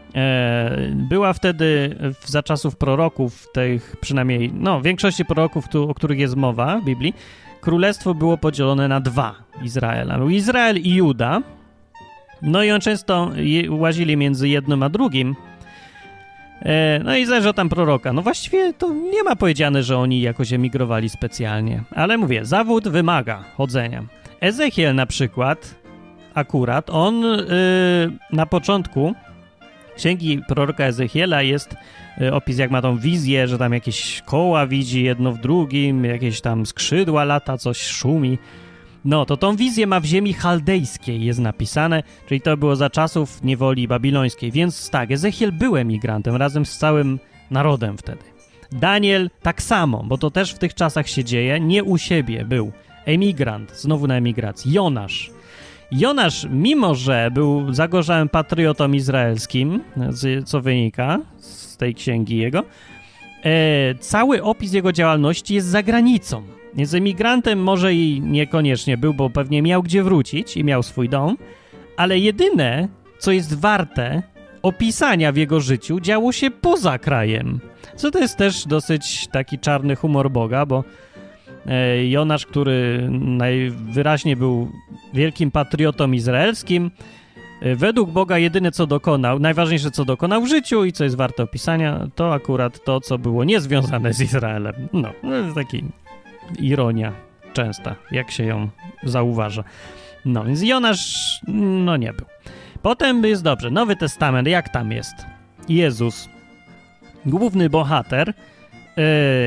Była wtedy za czasów proroków, tych przynajmniej, no, większości proroków, tu, o których jest mowa w Biblii, królestwo było podzielone na dwa Izraela. Był Izrael i Juda. No i on często je, łazili między jednym a drugim. No i zależy tam proroka. No właściwie to nie ma powiedziane, że oni jakoś emigrowali specjalnie. Ale mówię, zawód wymaga chodzenia. Ezechiel na przykład, akurat, on yy, na początku Księgi proroka Ezechiela jest y, opis, jak ma tą wizję, że tam jakieś koła widzi jedno w drugim, jakieś tam skrzydła lata, coś szumi. No, to tą wizję ma w ziemi chaldejskiej, jest napisane, czyli to było za czasów niewoli babilońskiej. Więc tak, Ezechiel był emigrantem razem z całym narodem wtedy. Daniel tak samo, bo to też w tych czasach się dzieje, nie u siebie był emigrant, znowu na emigracji. Jonasz. Jonasz, mimo że był zagorzałym patriotą izraelskim, co wynika z tej księgi jego, e, cały opis jego działalności jest za granicą. Więc emigrantem może i niekoniecznie był, bo pewnie miał gdzie wrócić i miał swój dom, ale jedyne, co jest warte opisania w jego życiu, działo się poza krajem. Co to jest też dosyć taki czarny humor Boga, bo Jonasz, który najwyraźniej był wielkim patriotą izraelskim, według Boga jedyne co dokonał, najważniejsze co dokonał w życiu i co jest warte opisania, to akurat to, co było niezwiązane z Izraelem. No, to jest taka ironia częsta, jak się ją zauważa. No, więc Jonasz, no nie był. Potem jest dobrze, Nowy Testament, jak tam jest? Jezus, główny bohater, yy,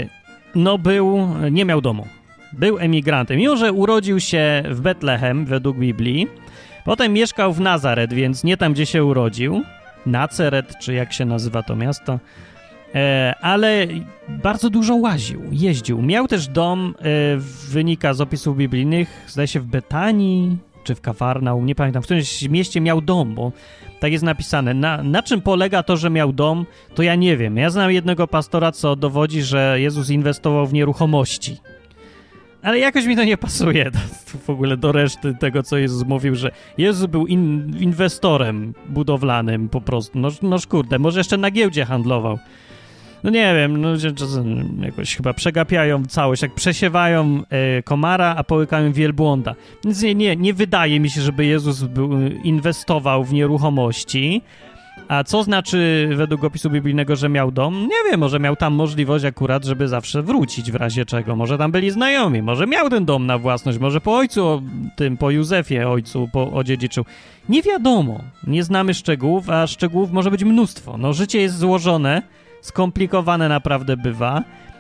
no był, nie miał domu. Był emigrantem. Mimo że urodził się w Betlehem, według Biblii, potem mieszkał w Nazaret, więc nie tam, gdzie się urodził. Naceret, czy jak się nazywa to miasto. E, ale bardzo dużo łaził, jeździł. Miał też dom, e, wynika z opisów biblijnych, zdaje się w Betanii, czy w Kafarnaum, nie pamiętam. W którymś mieście miał dom, bo tak jest napisane. Na, na czym polega to, że miał dom, to ja nie wiem. Ja znam jednego pastora, co dowodzi, że Jezus inwestował w nieruchomości. Ale jakoś mi to nie pasuje w ogóle do reszty tego, co Jezus mówił, że Jezus był in, inwestorem budowlanym po prostu. No, no kurde, może jeszcze na giełdzie handlował. No nie wiem, no czasem jakoś chyba przegapiają całość, jak przesiewają e, komara, a połykają wielbłąda. Więc nie, nie, nie wydaje mi się, żeby Jezus był, inwestował w nieruchomości. A co znaczy według opisu biblijnego, że miał dom? Nie wiem, może miał tam możliwość akurat, żeby zawsze wrócić w razie czego. Może tam byli znajomi, może miał ten dom na własność, może po ojcu, tym po Józefie ojcu po, odziedziczył. Nie wiadomo, nie znamy szczegółów, a szczegółów może być mnóstwo. No życie jest złożone, skomplikowane naprawdę bywa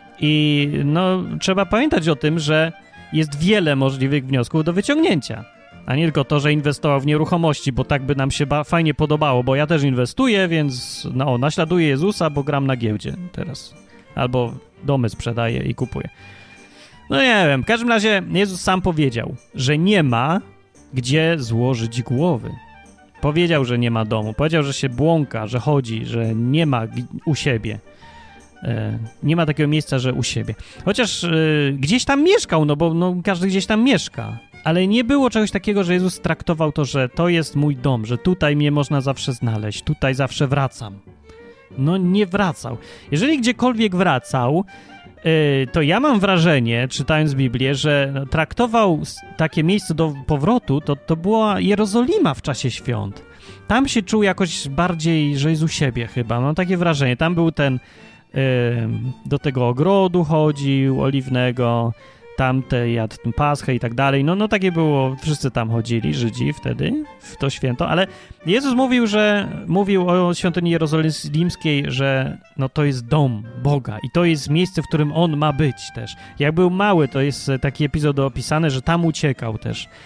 i no trzeba pamiętać o tym, że jest wiele możliwych wniosków do wyciągnięcia. A nie tylko to, że inwestował w nieruchomości, bo tak by nam się ba- fajnie podobało, bo ja też inwestuję, więc no, naśladuję Jezusa, bo gram na giełdzie teraz. Albo domy sprzedaję i kupuję. No nie wiem, w każdym razie Jezus sam powiedział, że nie ma gdzie złożyć głowy. Powiedział, że nie ma domu. Powiedział, że się błąka, że chodzi, że nie ma g- u siebie. E, nie ma takiego miejsca, że u siebie. Chociaż e, gdzieś tam mieszkał, no bo no, każdy gdzieś tam mieszka. Ale nie było czegoś takiego, że Jezus traktował to, że to jest mój dom, że tutaj mnie można zawsze znaleźć, tutaj zawsze wracam. No nie wracał. Jeżeli gdziekolwiek wracał, yy, to ja mam wrażenie, czytając Biblię, że traktował takie miejsce do powrotu, to, to była Jerozolima w czasie świąt. Tam się czuł jakoś bardziej, że jest u siebie chyba. Mam takie wrażenie. Tam był ten, yy, do tego ogrodu chodził, oliwnego, tamte jadł Paschę i tak dalej. No, no takie było, wszyscy tam chodzili, Żydzi wtedy, w to święto, ale Jezus mówił, że mówił o świątyni jerozolimskiej, że no to jest dom Boga i to jest miejsce, w którym On ma być też. Jak był mały, to jest taki epizod opisany, że tam uciekał też.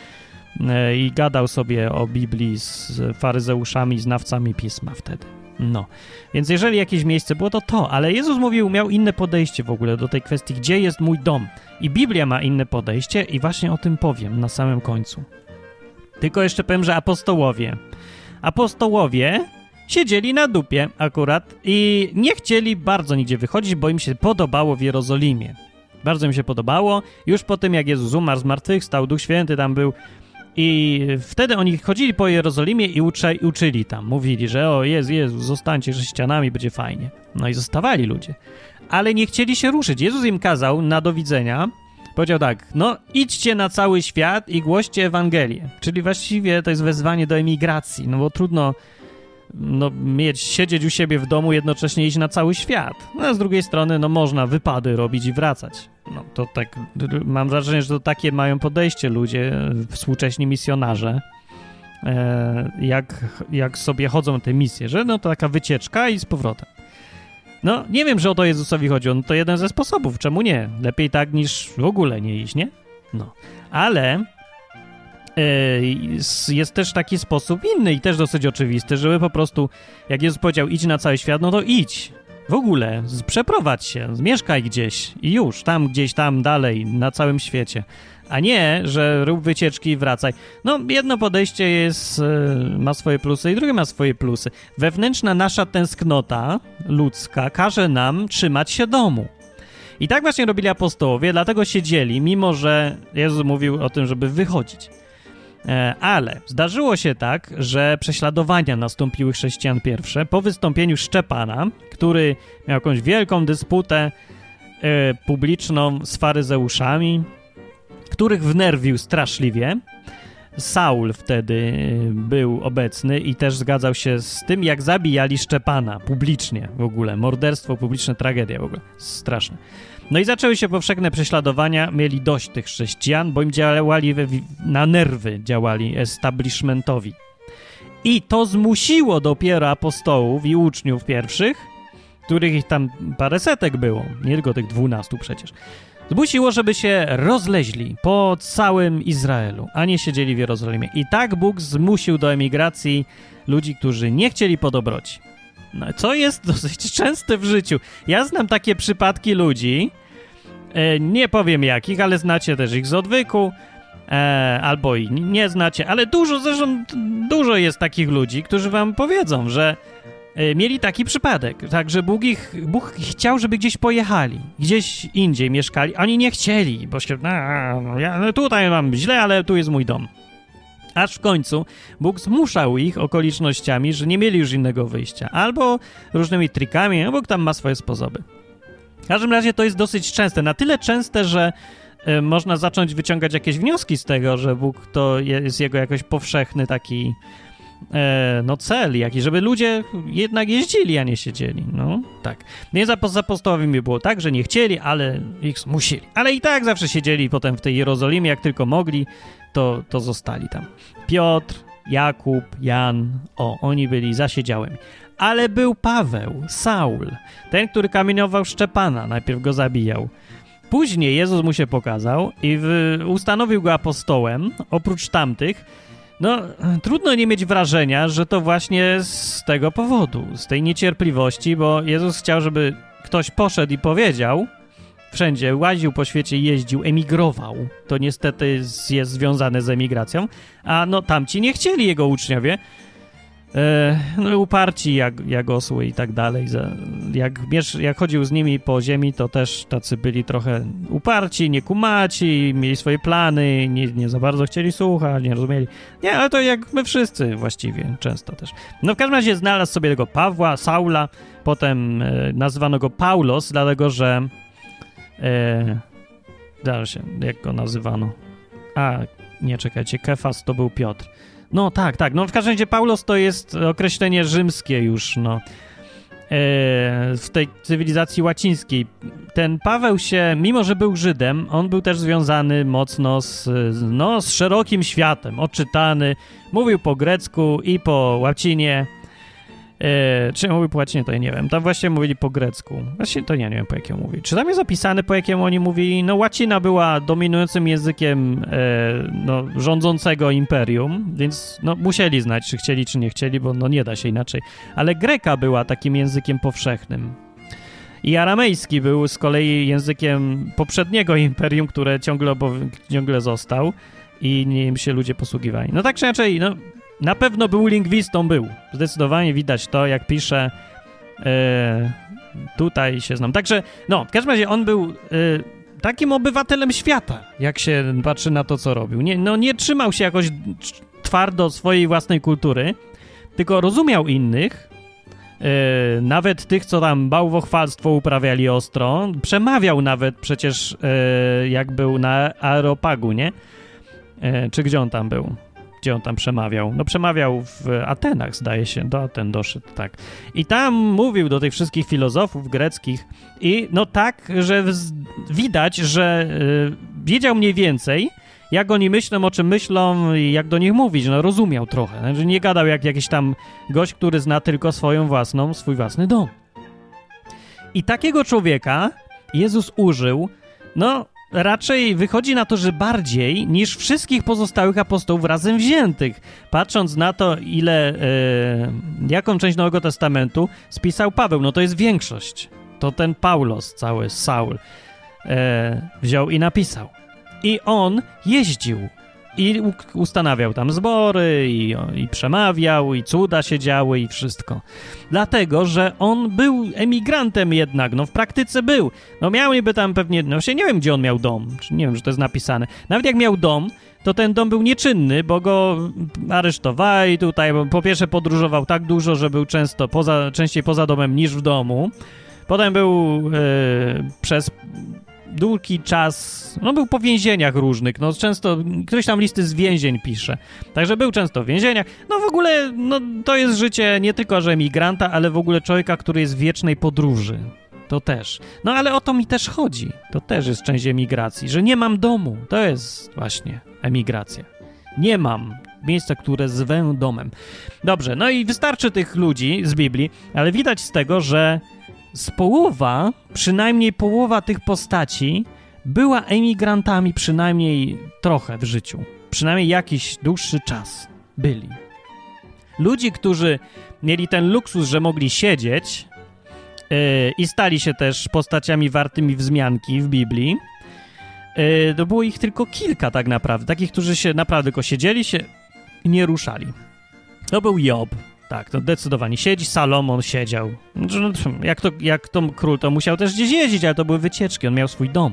e, i gadał sobie o Biblii z faryzeuszami, znawcami Pisma wtedy. No, więc jeżeli jakieś miejsce było, to to, ale Jezus mówił, miał inne podejście w ogóle do tej kwestii, gdzie jest mój dom. I Biblia ma inne podejście i właśnie o tym powiem na samym końcu. Tylko jeszcze powiem, że apostołowie. Apostołowie siedzieli na dupie akurat i nie chcieli bardzo nigdzie wychodzić, bo im się podobało w Jerozolimie. Bardzo im się podobało. Już po tym, jak Jezus umarł, zmartwychwstał, Duch Święty tam był i wtedy oni chodzili po Jerozolimie i uczy, uczyli tam. Mówili, że o Jezu, Jezu, zostańcie chrześcijanami, będzie fajnie. No i zostawali ludzie. Ale nie chcieli się ruszyć. Jezus im kazał na do widzenia. Powiedział tak, no idźcie na cały świat i głoście Ewangelię. Czyli właściwie to jest wezwanie do emigracji, no bo trudno no, mieć, siedzieć u siebie w domu, jednocześnie iść na cały świat. No a z drugiej strony, no można wypady robić i wracać. No to tak, mam wrażenie, że to takie mają podejście ludzie, współcześni misjonarze, e, jak, jak sobie chodzą te misje, że no to taka wycieczka i z powrotem. No, nie wiem, że o to Jezusowi chodziło, no to jeden ze sposobów, czemu nie? Lepiej tak niż w ogóle nie iść, nie? No, ale yy, jest też taki sposób inny i też dosyć oczywisty, żeby po prostu, jak Jezus powiedział, idź na cały świat, no to idź. W ogóle, przeprowadź się, mieszkaj gdzieś i już, tam gdzieś, tam dalej, na całym świecie. A nie, że rób wycieczki i wracaj. No, jedno podejście jest, ma swoje plusy i drugie ma swoje plusy. Wewnętrzna nasza tęsknota ludzka każe nam trzymać się domu. I tak właśnie robili apostołowie, dlatego siedzieli, mimo że Jezus mówił o tym, żeby wychodzić. Ale zdarzyło się tak, że prześladowania nastąpiły chrześcijan pierwsze po wystąpieniu Szczepana, który miał jakąś wielką dysputę e, publiczną z faryzeuszami, których wnerwił straszliwie. Saul wtedy był obecny i też zgadzał się z tym, jak zabijali Szczepana publicznie w ogóle. Morderstwo, publiczne, tragedia w ogóle. Straszne. No i zaczęły się powszechne prześladowania, mieli dość tych chrześcijan, bo im działali we, na nerwy, działali establishmentowi. I to zmusiło dopiero apostołów i uczniów pierwszych, których ich tam parę setek było, nie tylko tych dwunastu przecież, zmusiło, żeby się rozleźli po całym Izraelu, a nie siedzieli w Jerozolimie. I tak Bóg zmusił do emigracji ludzi, którzy nie chcieli po dobroci. No, co jest dosyć częste w życiu. Ja znam takie przypadki ludzi, e, nie powiem jakich, ale znacie też ich z odwyku, e, albo i nie znacie, ale dużo, zresztą dużo jest takich ludzi, którzy wam powiedzą, że e, mieli taki przypadek, tak, że Bóg, ich, Bóg chciał, żeby gdzieś pojechali, gdzieś indziej mieszkali, oni nie chcieli, bo się, a, no, ja no tutaj mam źle, ale tu jest mój dom. Aż w końcu Bóg zmuszał ich okolicznościami, że nie mieli już innego wyjścia. Albo różnymi trikami, no Bóg tam ma swoje sposoby. W każdym razie to jest dosyć częste. Na tyle częste, że y, można zacząć wyciągać jakieś wnioski z tego, że Bóg to jest jego jakoś powszechny taki y, no cel, jaki, żeby ludzie jednak jeździli, a nie siedzieli. No tak. Nie za, za apostołami było tak, że nie chcieli, ale ich zmusili. Ale i tak zawsze siedzieli potem w tej Jerozolimie, jak tylko mogli. To, to zostali tam. Piotr, Jakub, Jan, o, oni byli zasiedziałymi. Ale był Paweł, Saul, ten, który kamieniował Szczepana, najpierw go zabijał. Później Jezus mu się pokazał i w, ustanowił go apostołem, oprócz tamtych. No, trudno nie mieć wrażenia, że to właśnie z tego powodu, z tej niecierpliwości, bo Jezus chciał, żeby ktoś poszedł i powiedział, wszędzie łaził po świecie, jeździł, emigrował. To niestety jest związane z emigracją. A no tamci nie chcieli, jego uczniowie. E, no uparci jak, jak osły i tak dalej. Jak, jak chodził z nimi po ziemi, to też tacy byli trochę uparci, niekumaci, mieli swoje plany, nie, nie za bardzo chcieli słuchać, nie rozumieli. Nie, ale to jak my wszyscy właściwie, często też. No w każdym razie znalazł sobie tego Pawła, Saula, potem e, nazywano go Paulos, dlatego że E, dalej się, jak go nazywano? A, nie, czekajcie, Kefas to był Piotr. No tak, tak, no w każdym razie Paulos to jest określenie rzymskie już, no. E, w tej cywilizacji łacińskiej. Ten Paweł się, mimo że był Żydem, on był też związany mocno z, no, z szerokim światem, odczytany, mówił po grecku i po łacinie. E, czy mówił po łacinie, to ja nie wiem. Tam właśnie mówili po grecku. Właśnie to ja nie wiem, po jakiemu mówili. Czy tam jest zapisane, po jakiemu oni mówili? No łacina była dominującym językiem e, no, rządzącego imperium, więc no, musieli znać, czy chcieli, czy nie chcieli, bo no nie da się inaczej. Ale greka była takim językiem powszechnym. I aramejski był z kolei językiem poprzedniego imperium, które ciągle, obow- ciągle został i nim się ludzie posługiwali. No tak czy inaczej, no na pewno był lingwistą, był. Zdecydowanie widać to, jak pisze. E, tutaj się znam. Także, no, w każdym razie on był e, takim obywatelem świata, jak się patrzy na to, co robił. Nie, no, nie trzymał się jakoś twardo swojej własnej kultury, tylko rozumiał innych, e, nawet tych, co tam bałwochwalstwo uprawiali ostro. Przemawiał nawet przecież, e, jak był na Areopagu, nie? E, czy gdzie on tam był? Gdzie on tam przemawiał? No przemawiał w Atenach, zdaje się, do Aten doszedł, tak. I tam mówił do tych wszystkich filozofów greckich i no tak, że z- widać, że y, wiedział mniej więcej, jak oni myślą, o czym myślą i jak do nich mówić, no rozumiał trochę. Znaczy nie gadał jak jakiś tam gość, który zna tylko swoją własną, swój własny dom. I takiego człowieka Jezus użył, no raczej wychodzi na to, że bardziej niż wszystkich pozostałych apostołów razem wziętych. Patrząc na to, ile, e, jaką część Nowego Testamentu spisał Paweł, no to jest większość. To ten Paulos cały, Saul, e, wziął i napisał. I on jeździł i u- ustanawiał tam zbory i, i przemawiał i cuda się działy i wszystko. Dlatego, że on był emigrantem jednak, no w praktyce był. No miał niby tam pewnie, no się nie wiem, gdzie on miał dom, czy nie wiem, że to jest napisane. Nawet jak miał dom, to ten dom był nieczynny, bo go aresztowali tutaj, bo po pierwsze podróżował tak dużo, że był często poza, częściej poza domem niż w domu. Potem był yy, przez długi czas, no był po więzieniach różnych, no często, ktoś tam listy z więzień pisze, także był często w więzieniach, no w ogóle, no to jest życie nie tylko, że emigranta, ale w ogóle człowieka, który jest w wiecznej podróży, to też, no ale o to mi też chodzi, to też jest część emigracji, że nie mam domu, to jest właśnie emigracja, nie mam miejsca, które zwę domem. Dobrze, no i wystarczy tych ludzi z Biblii, ale widać z tego, że z połowa, przynajmniej połowa tych postaci była emigrantami przynajmniej trochę w życiu. Przynajmniej jakiś dłuższy czas byli. Ludzi, którzy mieli ten luksus, że mogli siedzieć yy, i stali się też postaciami wartymi wzmianki w Biblii, yy, to było ich tylko kilka tak naprawdę. Takich, którzy się naprawdę tylko siedzieli się i nie ruszali. To był Job. Tak, to zdecydowanie. Siedzi, Salomon siedział. No, jak to, jak to król, to musiał też gdzieś jeździć, ale to były wycieczki, on miał swój dom.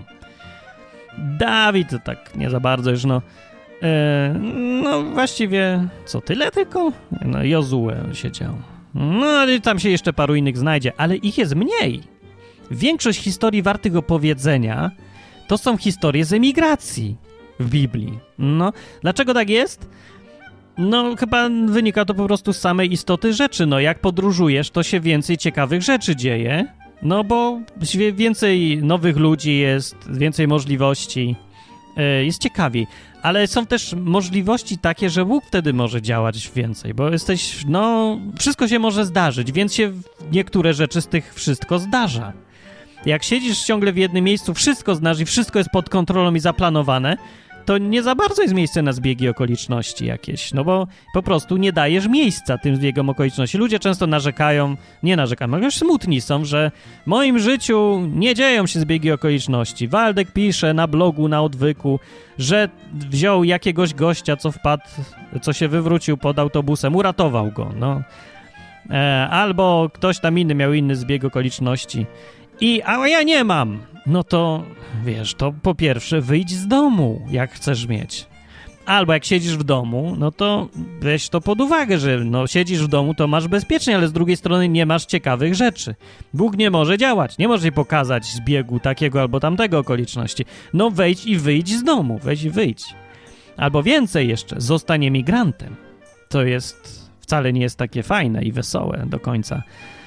Dawid to tak nie za bardzo już, no. E, no właściwie, co, tyle tylko? No, Jozue siedział. No, ale tam się jeszcze paru innych znajdzie, ale ich jest mniej. Większość historii wartych opowiedzenia to są historie z emigracji w Biblii. No, dlaczego tak jest? No, chyba wynika to po prostu z samej istoty rzeczy. No, jak podróżujesz, to się więcej ciekawych rzeczy dzieje. No, bo więcej nowych ludzi jest, więcej możliwości, yy, jest ciekawiej. Ale są też możliwości takie, że Bóg wtedy może działać więcej, bo jesteś, no, wszystko się może zdarzyć, więc się niektóre rzeczy z tych wszystko zdarza. Jak siedzisz ciągle w jednym miejscu, wszystko znasz i wszystko jest pod kontrolą i zaplanowane, to nie za bardzo jest miejsce na zbiegi okoliczności jakieś, no bo po prostu nie dajesz miejsca tym zbiegom okoliczności. Ludzie często narzekają, nie narzekają, ale już smutni są, że w moim życiu nie dzieją się zbiegi okoliczności. Waldek pisze na blogu, na odwyku, że wziął jakiegoś gościa, co wpadł, co się wywrócił pod autobusem, uratował go, no. E, albo ktoś tam inny miał inny zbieg okoliczności. I, a ja nie mam. No to, wiesz, to po pierwsze wyjdź z domu, jak chcesz mieć. Albo jak siedzisz w domu, no to weź to pod uwagę, że no siedzisz w domu, to masz bezpiecznie, ale z drugiej strony nie masz ciekawych rzeczy. Bóg nie może działać, nie może ci pokazać zbiegu takiego albo tamtego okoliczności. No wejdź i wyjdź z domu, wejdź i wyjdź. Albo więcej jeszcze, zostań emigrantem. To jest, wcale nie jest takie fajne i wesołe do końca.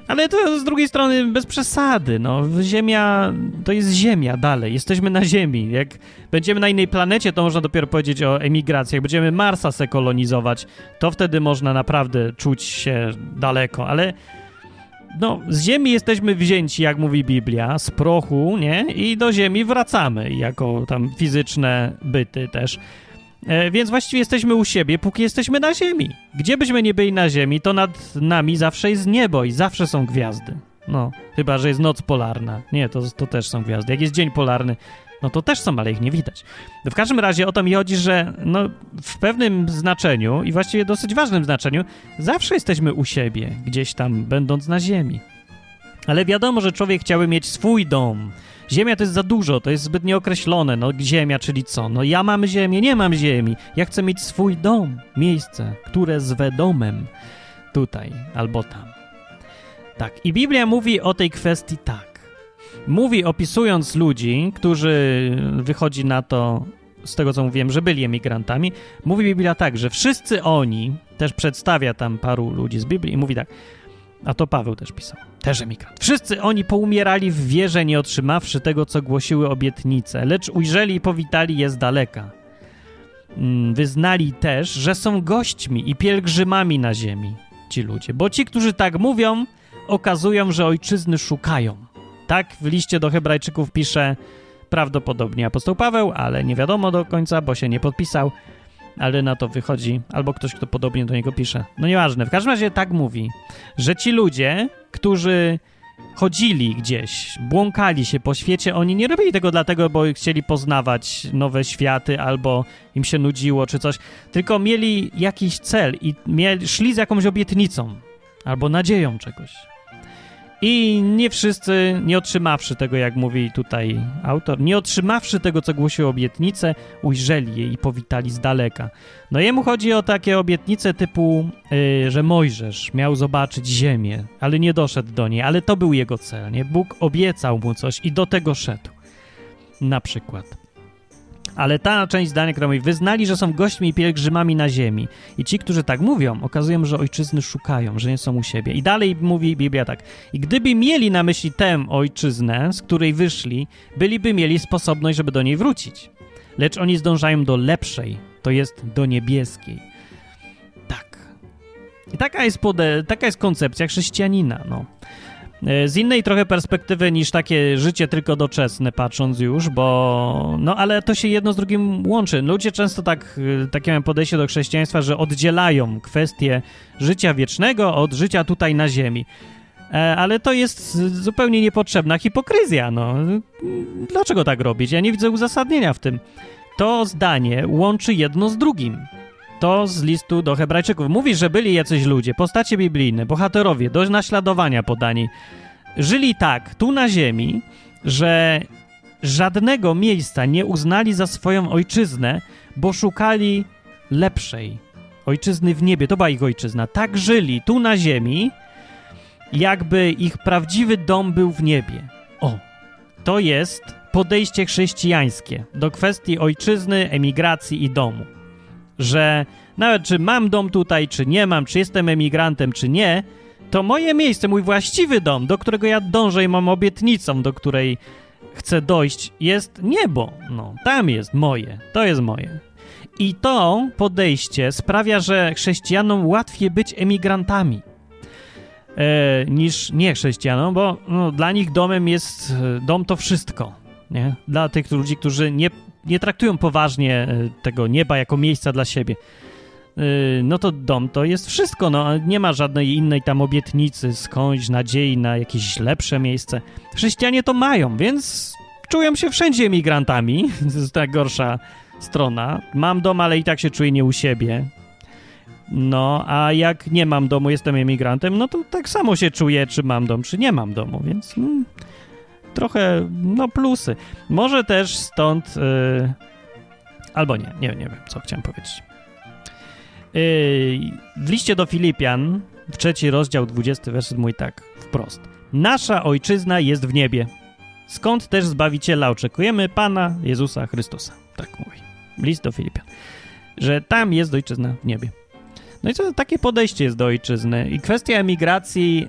Ale to z drugiej strony bez przesady, no. Ziemia to jest ziemia dalej, jesteśmy na ziemi. Jak będziemy na innej planecie, to można dopiero powiedzieć o emigracji. Jak będziemy Marsa se kolonizować, to wtedy można naprawdę czuć się daleko, ale no, z ziemi jesteśmy wzięci, jak mówi Biblia, z prochu, nie? I do ziemi wracamy, jako tam fizyczne byty też. E, więc właściwie jesteśmy u siebie, póki jesteśmy na ziemi. Gdzie byśmy nie byli na ziemi, to nad nami zawsze jest niebo i zawsze są gwiazdy. No, chyba że jest noc polarna. Nie, to, to też są gwiazdy. Jak jest dzień polarny, no to też są, ale ich nie widać. W każdym razie o to mi chodzi, że no, w pewnym znaczeniu i właściwie dosyć ważnym znaczeniu zawsze jesteśmy u siebie, gdzieś tam będąc na ziemi. Ale wiadomo, że człowiek chciałby mieć swój dom. Ziemia to jest za dużo, to jest zbyt nieokreślone. No ziemia, czyli co? No ja mam ziemię, nie mam ziemi. Ja chcę mieć swój dom, miejsce, które zwę domem. Tutaj albo tam. Tak, i Biblia mówi o tej kwestii tak. Mówi, opisując ludzi, którzy, wychodzi na to, z tego co mówiłem, że byli emigrantami, mówi Biblia tak, że wszyscy oni, też przedstawia tam paru ludzi z Biblii i mówi tak, a to Paweł też pisał, też emigrant. Wszyscy oni poumierali w wierze, nie otrzymawszy tego, co głosiły obietnice, lecz ujrzeli i powitali je z daleka. Wyznali też, że są gośćmi i pielgrzymami na ziemi, ci ludzie, bo ci, którzy tak mówią, okazują, że ojczyzny szukają. Tak w liście do Hebrajczyków pisze prawdopodobnie apostoł Paweł, ale nie wiadomo do końca, bo się nie podpisał, ale na to wychodzi, albo ktoś, kto podobnie do niego pisze. No nieważne, w każdym razie tak mówi, że ci ludzie, którzy chodzili gdzieś, błąkali się po świecie, oni nie robili tego dlatego, bo chcieli poznawać nowe światy, albo im się nudziło, czy coś, tylko mieli jakiś cel i mieli, szli z jakąś obietnicą, albo nadzieją czegoś. I nie wszyscy, nie otrzymawszy tego, jak mówi tutaj autor, nie otrzymawszy tego, co głosiły obietnice, ujrzeli je i powitali z daleka. No jemu chodzi o takie obietnice typu, yy, że Mojżesz miał zobaczyć ziemię, ale nie doszedł do niej, ale to był jego cel, nie? Bóg obiecał mu coś i do tego szedł. Na przykład. Ale ta część zdania, która mówi, wyznali, że są gośćmi i pielgrzymami na ziemi. I ci, którzy tak mówią, okazują, że ojczyzny szukają, że nie są u siebie. I dalej mówi Biblia tak. I gdyby mieli na myśli tę ojczyznę, z której wyszli, byliby mieli sposobność, żeby do niej wrócić. Lecz oni zdążają do lepszej, to jest do niebieskiej. Tak. I taka jest, pode- taka jest koncepcja chrześcijanina, no. Z innej trochę perspektywy niż takie życie tylko doczesne, patrząc już, bo no ale to się jedno z drugim łączy. Ludzie często tak, takie mają podejście do chrześcijaństwa, że oddzielają kwestię życia wiecznego od życia tutaj na ziemi. Ale to jest zupełnie niepotrzebna hipokryzja, no. Dlaczego tak robić? Ja nie widzę uzasadnienia w tym. To zdanie łączy jedno z drugim. To z listu do Hebrajczyków. Mówi, że byli jacyś ludzie, postacie biblijne, bohaterowie, do naśladowania podani. Żyli tak, tu na ziemi, że żadnego miejsca nie uznali za swoją ojczyznę, bo szukali lepszej ojczyzny w niebie. To była ich ojczyzna. Tak żyli tu na ziemi, jakby ich prawdziwy dom był w niebie. O, to jest podejście chrześcijańskie do kwestii ojczyzny, emigracji i domu. Że nawet czy mam dom tutaj, czy nie mam, czy jestem emigrantem, czy nie, to moje miejsce, mój właściwy dom, do którego ja dążę i mam obietnicą, do której chcę dojść, jest niebo. No, tam jest moje, to jest moje. I to podejście sprawia, że chrześcijanom łatwiej być emigrantami e, niż niechrześcijanom, bo no, dla nich domem jest, dom to wszystko, nie? Dla tych ludzi, którzy nie nie traktują poważnie tego nieba jako miejsca dla siebie, no to dom to jest wszystko, no nie ma żadnej innej tam obietnicy, skądś nadziei na jakieś lepsze miejsce. Chrześcijanie to mają, więc czują się wszędzie emigrantami, to jest ta gorsza strona. Mam dom, ale i tak się czuję nie u siebie. No, a jak nie mam domu, jestem emigrantem, no to tak samo się czuję, czy mam dom, czy nie mam domu, więc... Hmm. Trochę, no plusy. Może też stąd, yy, albo nie, nie, nie wiem, co chciałem powiedzieć. Yy, w liście do Filipian, w trzeci rozdział, dwudziesty werset mówi tak, wprost. Nasza ojczyzna jest w niebie, skąd też Zbawiciela oczekujemy, Pana Jezusa Chrystusa. Tak mówi. List do Filipian. Że tam jest ojczyzna w niebie. No i to takie podejście jest do ojczyzny. I kwestia emigracji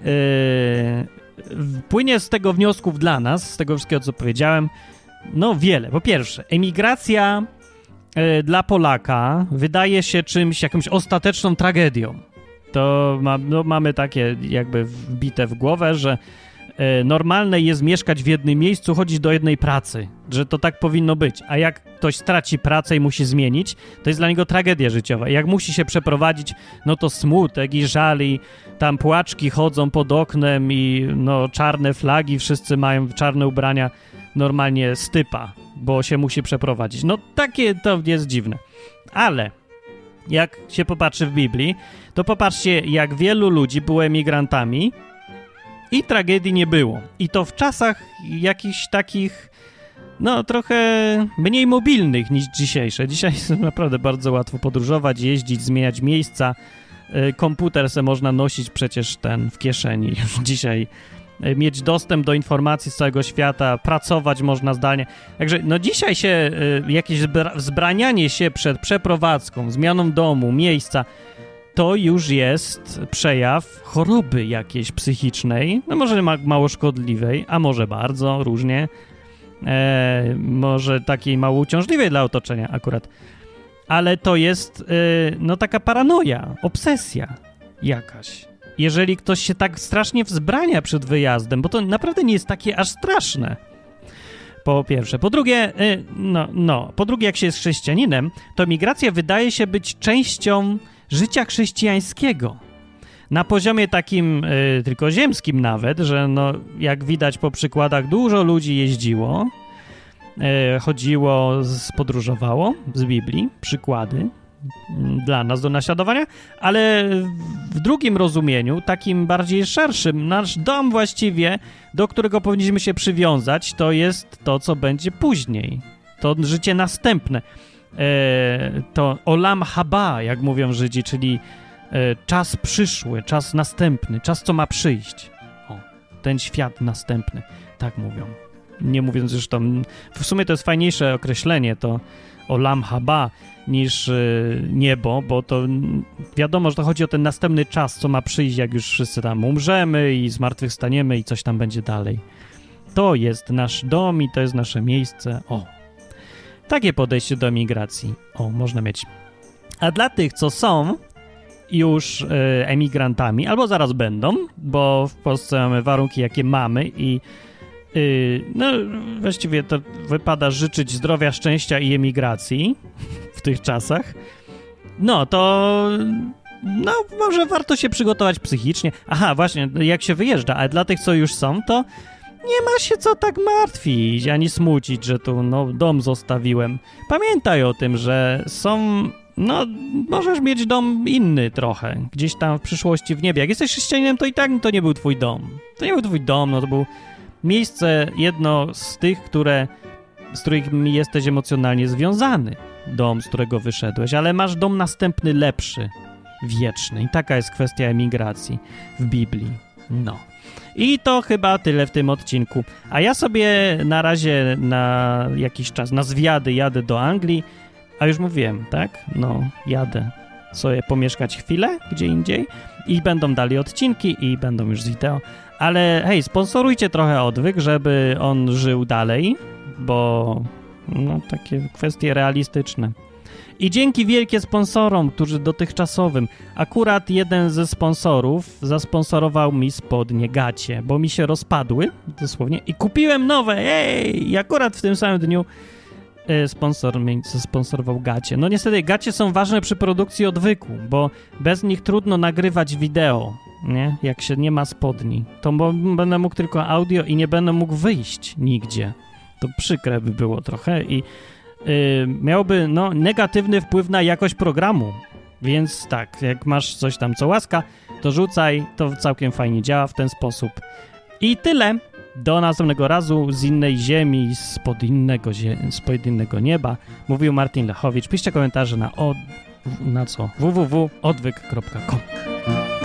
yy, płynie z tego wniosków dla nas, z tego wszystkiego, co powiedziałem, no wiele. Po pierwsze, emigracja yy, dla Polaka wydaje się czymś, jakąś ostateczną tragedią. To ma, no, mamy takie jakby wbite w głowę, że y, normalne jest mieszkać w jednym miejscu, chodzić do jednej pracy, że to tak powinno być. A jak ktoś straci pracę i musi zmienić, to jest dla niego tragedia życiowa. Jak musi się przeprowadzić, no to smutek i żal i tam płaczki chodzą pod oknem i no czarne flagi, wszyscy mają czarne ubrania, normalnie stypa, bo się musi przeprowadzić. No takie to jest dziwne. Ale jak się popatrzy w Biblii, to popatrzcie, jak wielu ludzi było emigrantami i tragedii nie było. I to w czasach jakichś takich, no trochę mniej mobilnych niż dzisiejsze. Dzisiaj jest naprawdę bardzo łatwo podróżować, jeździć, zmieniać miejsca. Komputer se można nosić przecież ten w kieszeni już dzisiaj. Mieć dostęp do informacji z całego świata, pracować można zdalnie. Także no dzisiaj się y, jakieś wzbranianie się przed przeprowadzką, zmianą domu, miejsca, to już jest przejaw choroby jakiejś psychicznej, no może ma, mało szkodliwej, a może bardzo, różnie, e, może takiej mało uciążliwej dla otoczenia akurat, ale to jest y, no taka paranoja, obsesja jakaś. Jeżeli ktoś się tak strasznie wzbrania przed wyjazdem, bo to naprawdę nie jest takie aż straszne. Po pierwsze. Po drugie, no, no, po drugie, jak się jest chrześcijaninem, to migracja wydaje się być częścią życia chrześcijańskiego. Na poziomie takim y, tylko ziemskim nawet, że no, jak widać po przykładach, dużo ludzi jeździło, y, chodziło, podróżowało z Biblii, przykłady dla nas do naśladowania, ale w drugim rozumieniu, takim bardziej szerszym, nasz dom właściwie, do którego powinniśmy się przywiązać, to jest to, co będzie później. To życie następne. E, to olam haba, jak mówią Żydzi, czyli e, czas przyszły, czas następny, czas, co ma przyjść. O, ten świat następny, tak mówią. Nie mówiąc już to, w sumie to jest fajniejsze określenie, to olam haba, niż y, niebo, bo to wiadomo, że to chodzi o ten następny czas, co ma przyjść, jak już wszyscy tam umrzemy i zmartwychwstaniemy i coś tam będzie dalej. To jest nasz dom i to jest nasze miejsce. O, takie podejście do emigracji. O, można mieć. A dla tych, co są już y, emigrantami, albo zaraz będą, bo w Polsce mamy warunki, jakie mamy i y, no właściwie to wypada życzyć zdrowia, szczęścia i emigracji w tych czasach, no to no może warto się przygotować psychicznie. Aha, właśnie, jak się wyjeżdża, ale dla tych, co już są, to nie ma się co tak martwić, ani smucić, że tu no dom zostawiłem. Pamiętaj o tym, że są, no możesz mieć dom inny trochę, gdzieś tam w przyszłości w niebie. Jak jesteś chrześcijaninem, to i tak to nie był twój dom. To nie był twój dom, no to był miejsce, jedno z tych, które, z którymi jesteś emocjonalnie związany. Dom, z którego wyszedłeś, ale masz dom następny, lepszy, wieczny. I taka jest kwestia emigracji w Biblii. No. I to chyba tyle w tym odcinku. A ja sobie na razie na jakiś czas, na zwiady jadę do Anglii, a już mówiłem, tak? No, jadę sobie pomieszkać chwilę gdzie indziej i będą dalej odcinki i będą już z wideo. Ale hej, sponsorujcie trochę Odwyk, żeby on żył dalej, bo no takie kwestie realistyczne. I dzięki wielkie sponsorom, którzy dotychczasowym, akurat jeden ze sponsorów zasponsorował mi spodnie gacie, bo mi się rozpadły, dosłownie, i kupiłem nowe, ej! I akurat w tym samym dniu y, sponsor mi zasponsorował gacie. No niestety gacie są ważne przy produkcji Odwyku, bo bez nich trudno nagrywać wideo, nie? Jak się nie ma spodni. To bo będę mógł tylko audio i nie będę mógł wyjść nigdzie. To przykre by było trochę i Yy, miałby no, negatywny wpływ na jakość programu, więc tak, jak masz coś tam co łaska, to rzucaj, to całkiem fajnie działa w ten sposób. I tyle, do następnego razu z innej ziemi, spod innego, zie- spod innego nieba, mówił Martin Lechowicz. Piszcie komentarze na, od, na co? w w w kropka odwyk kropka com.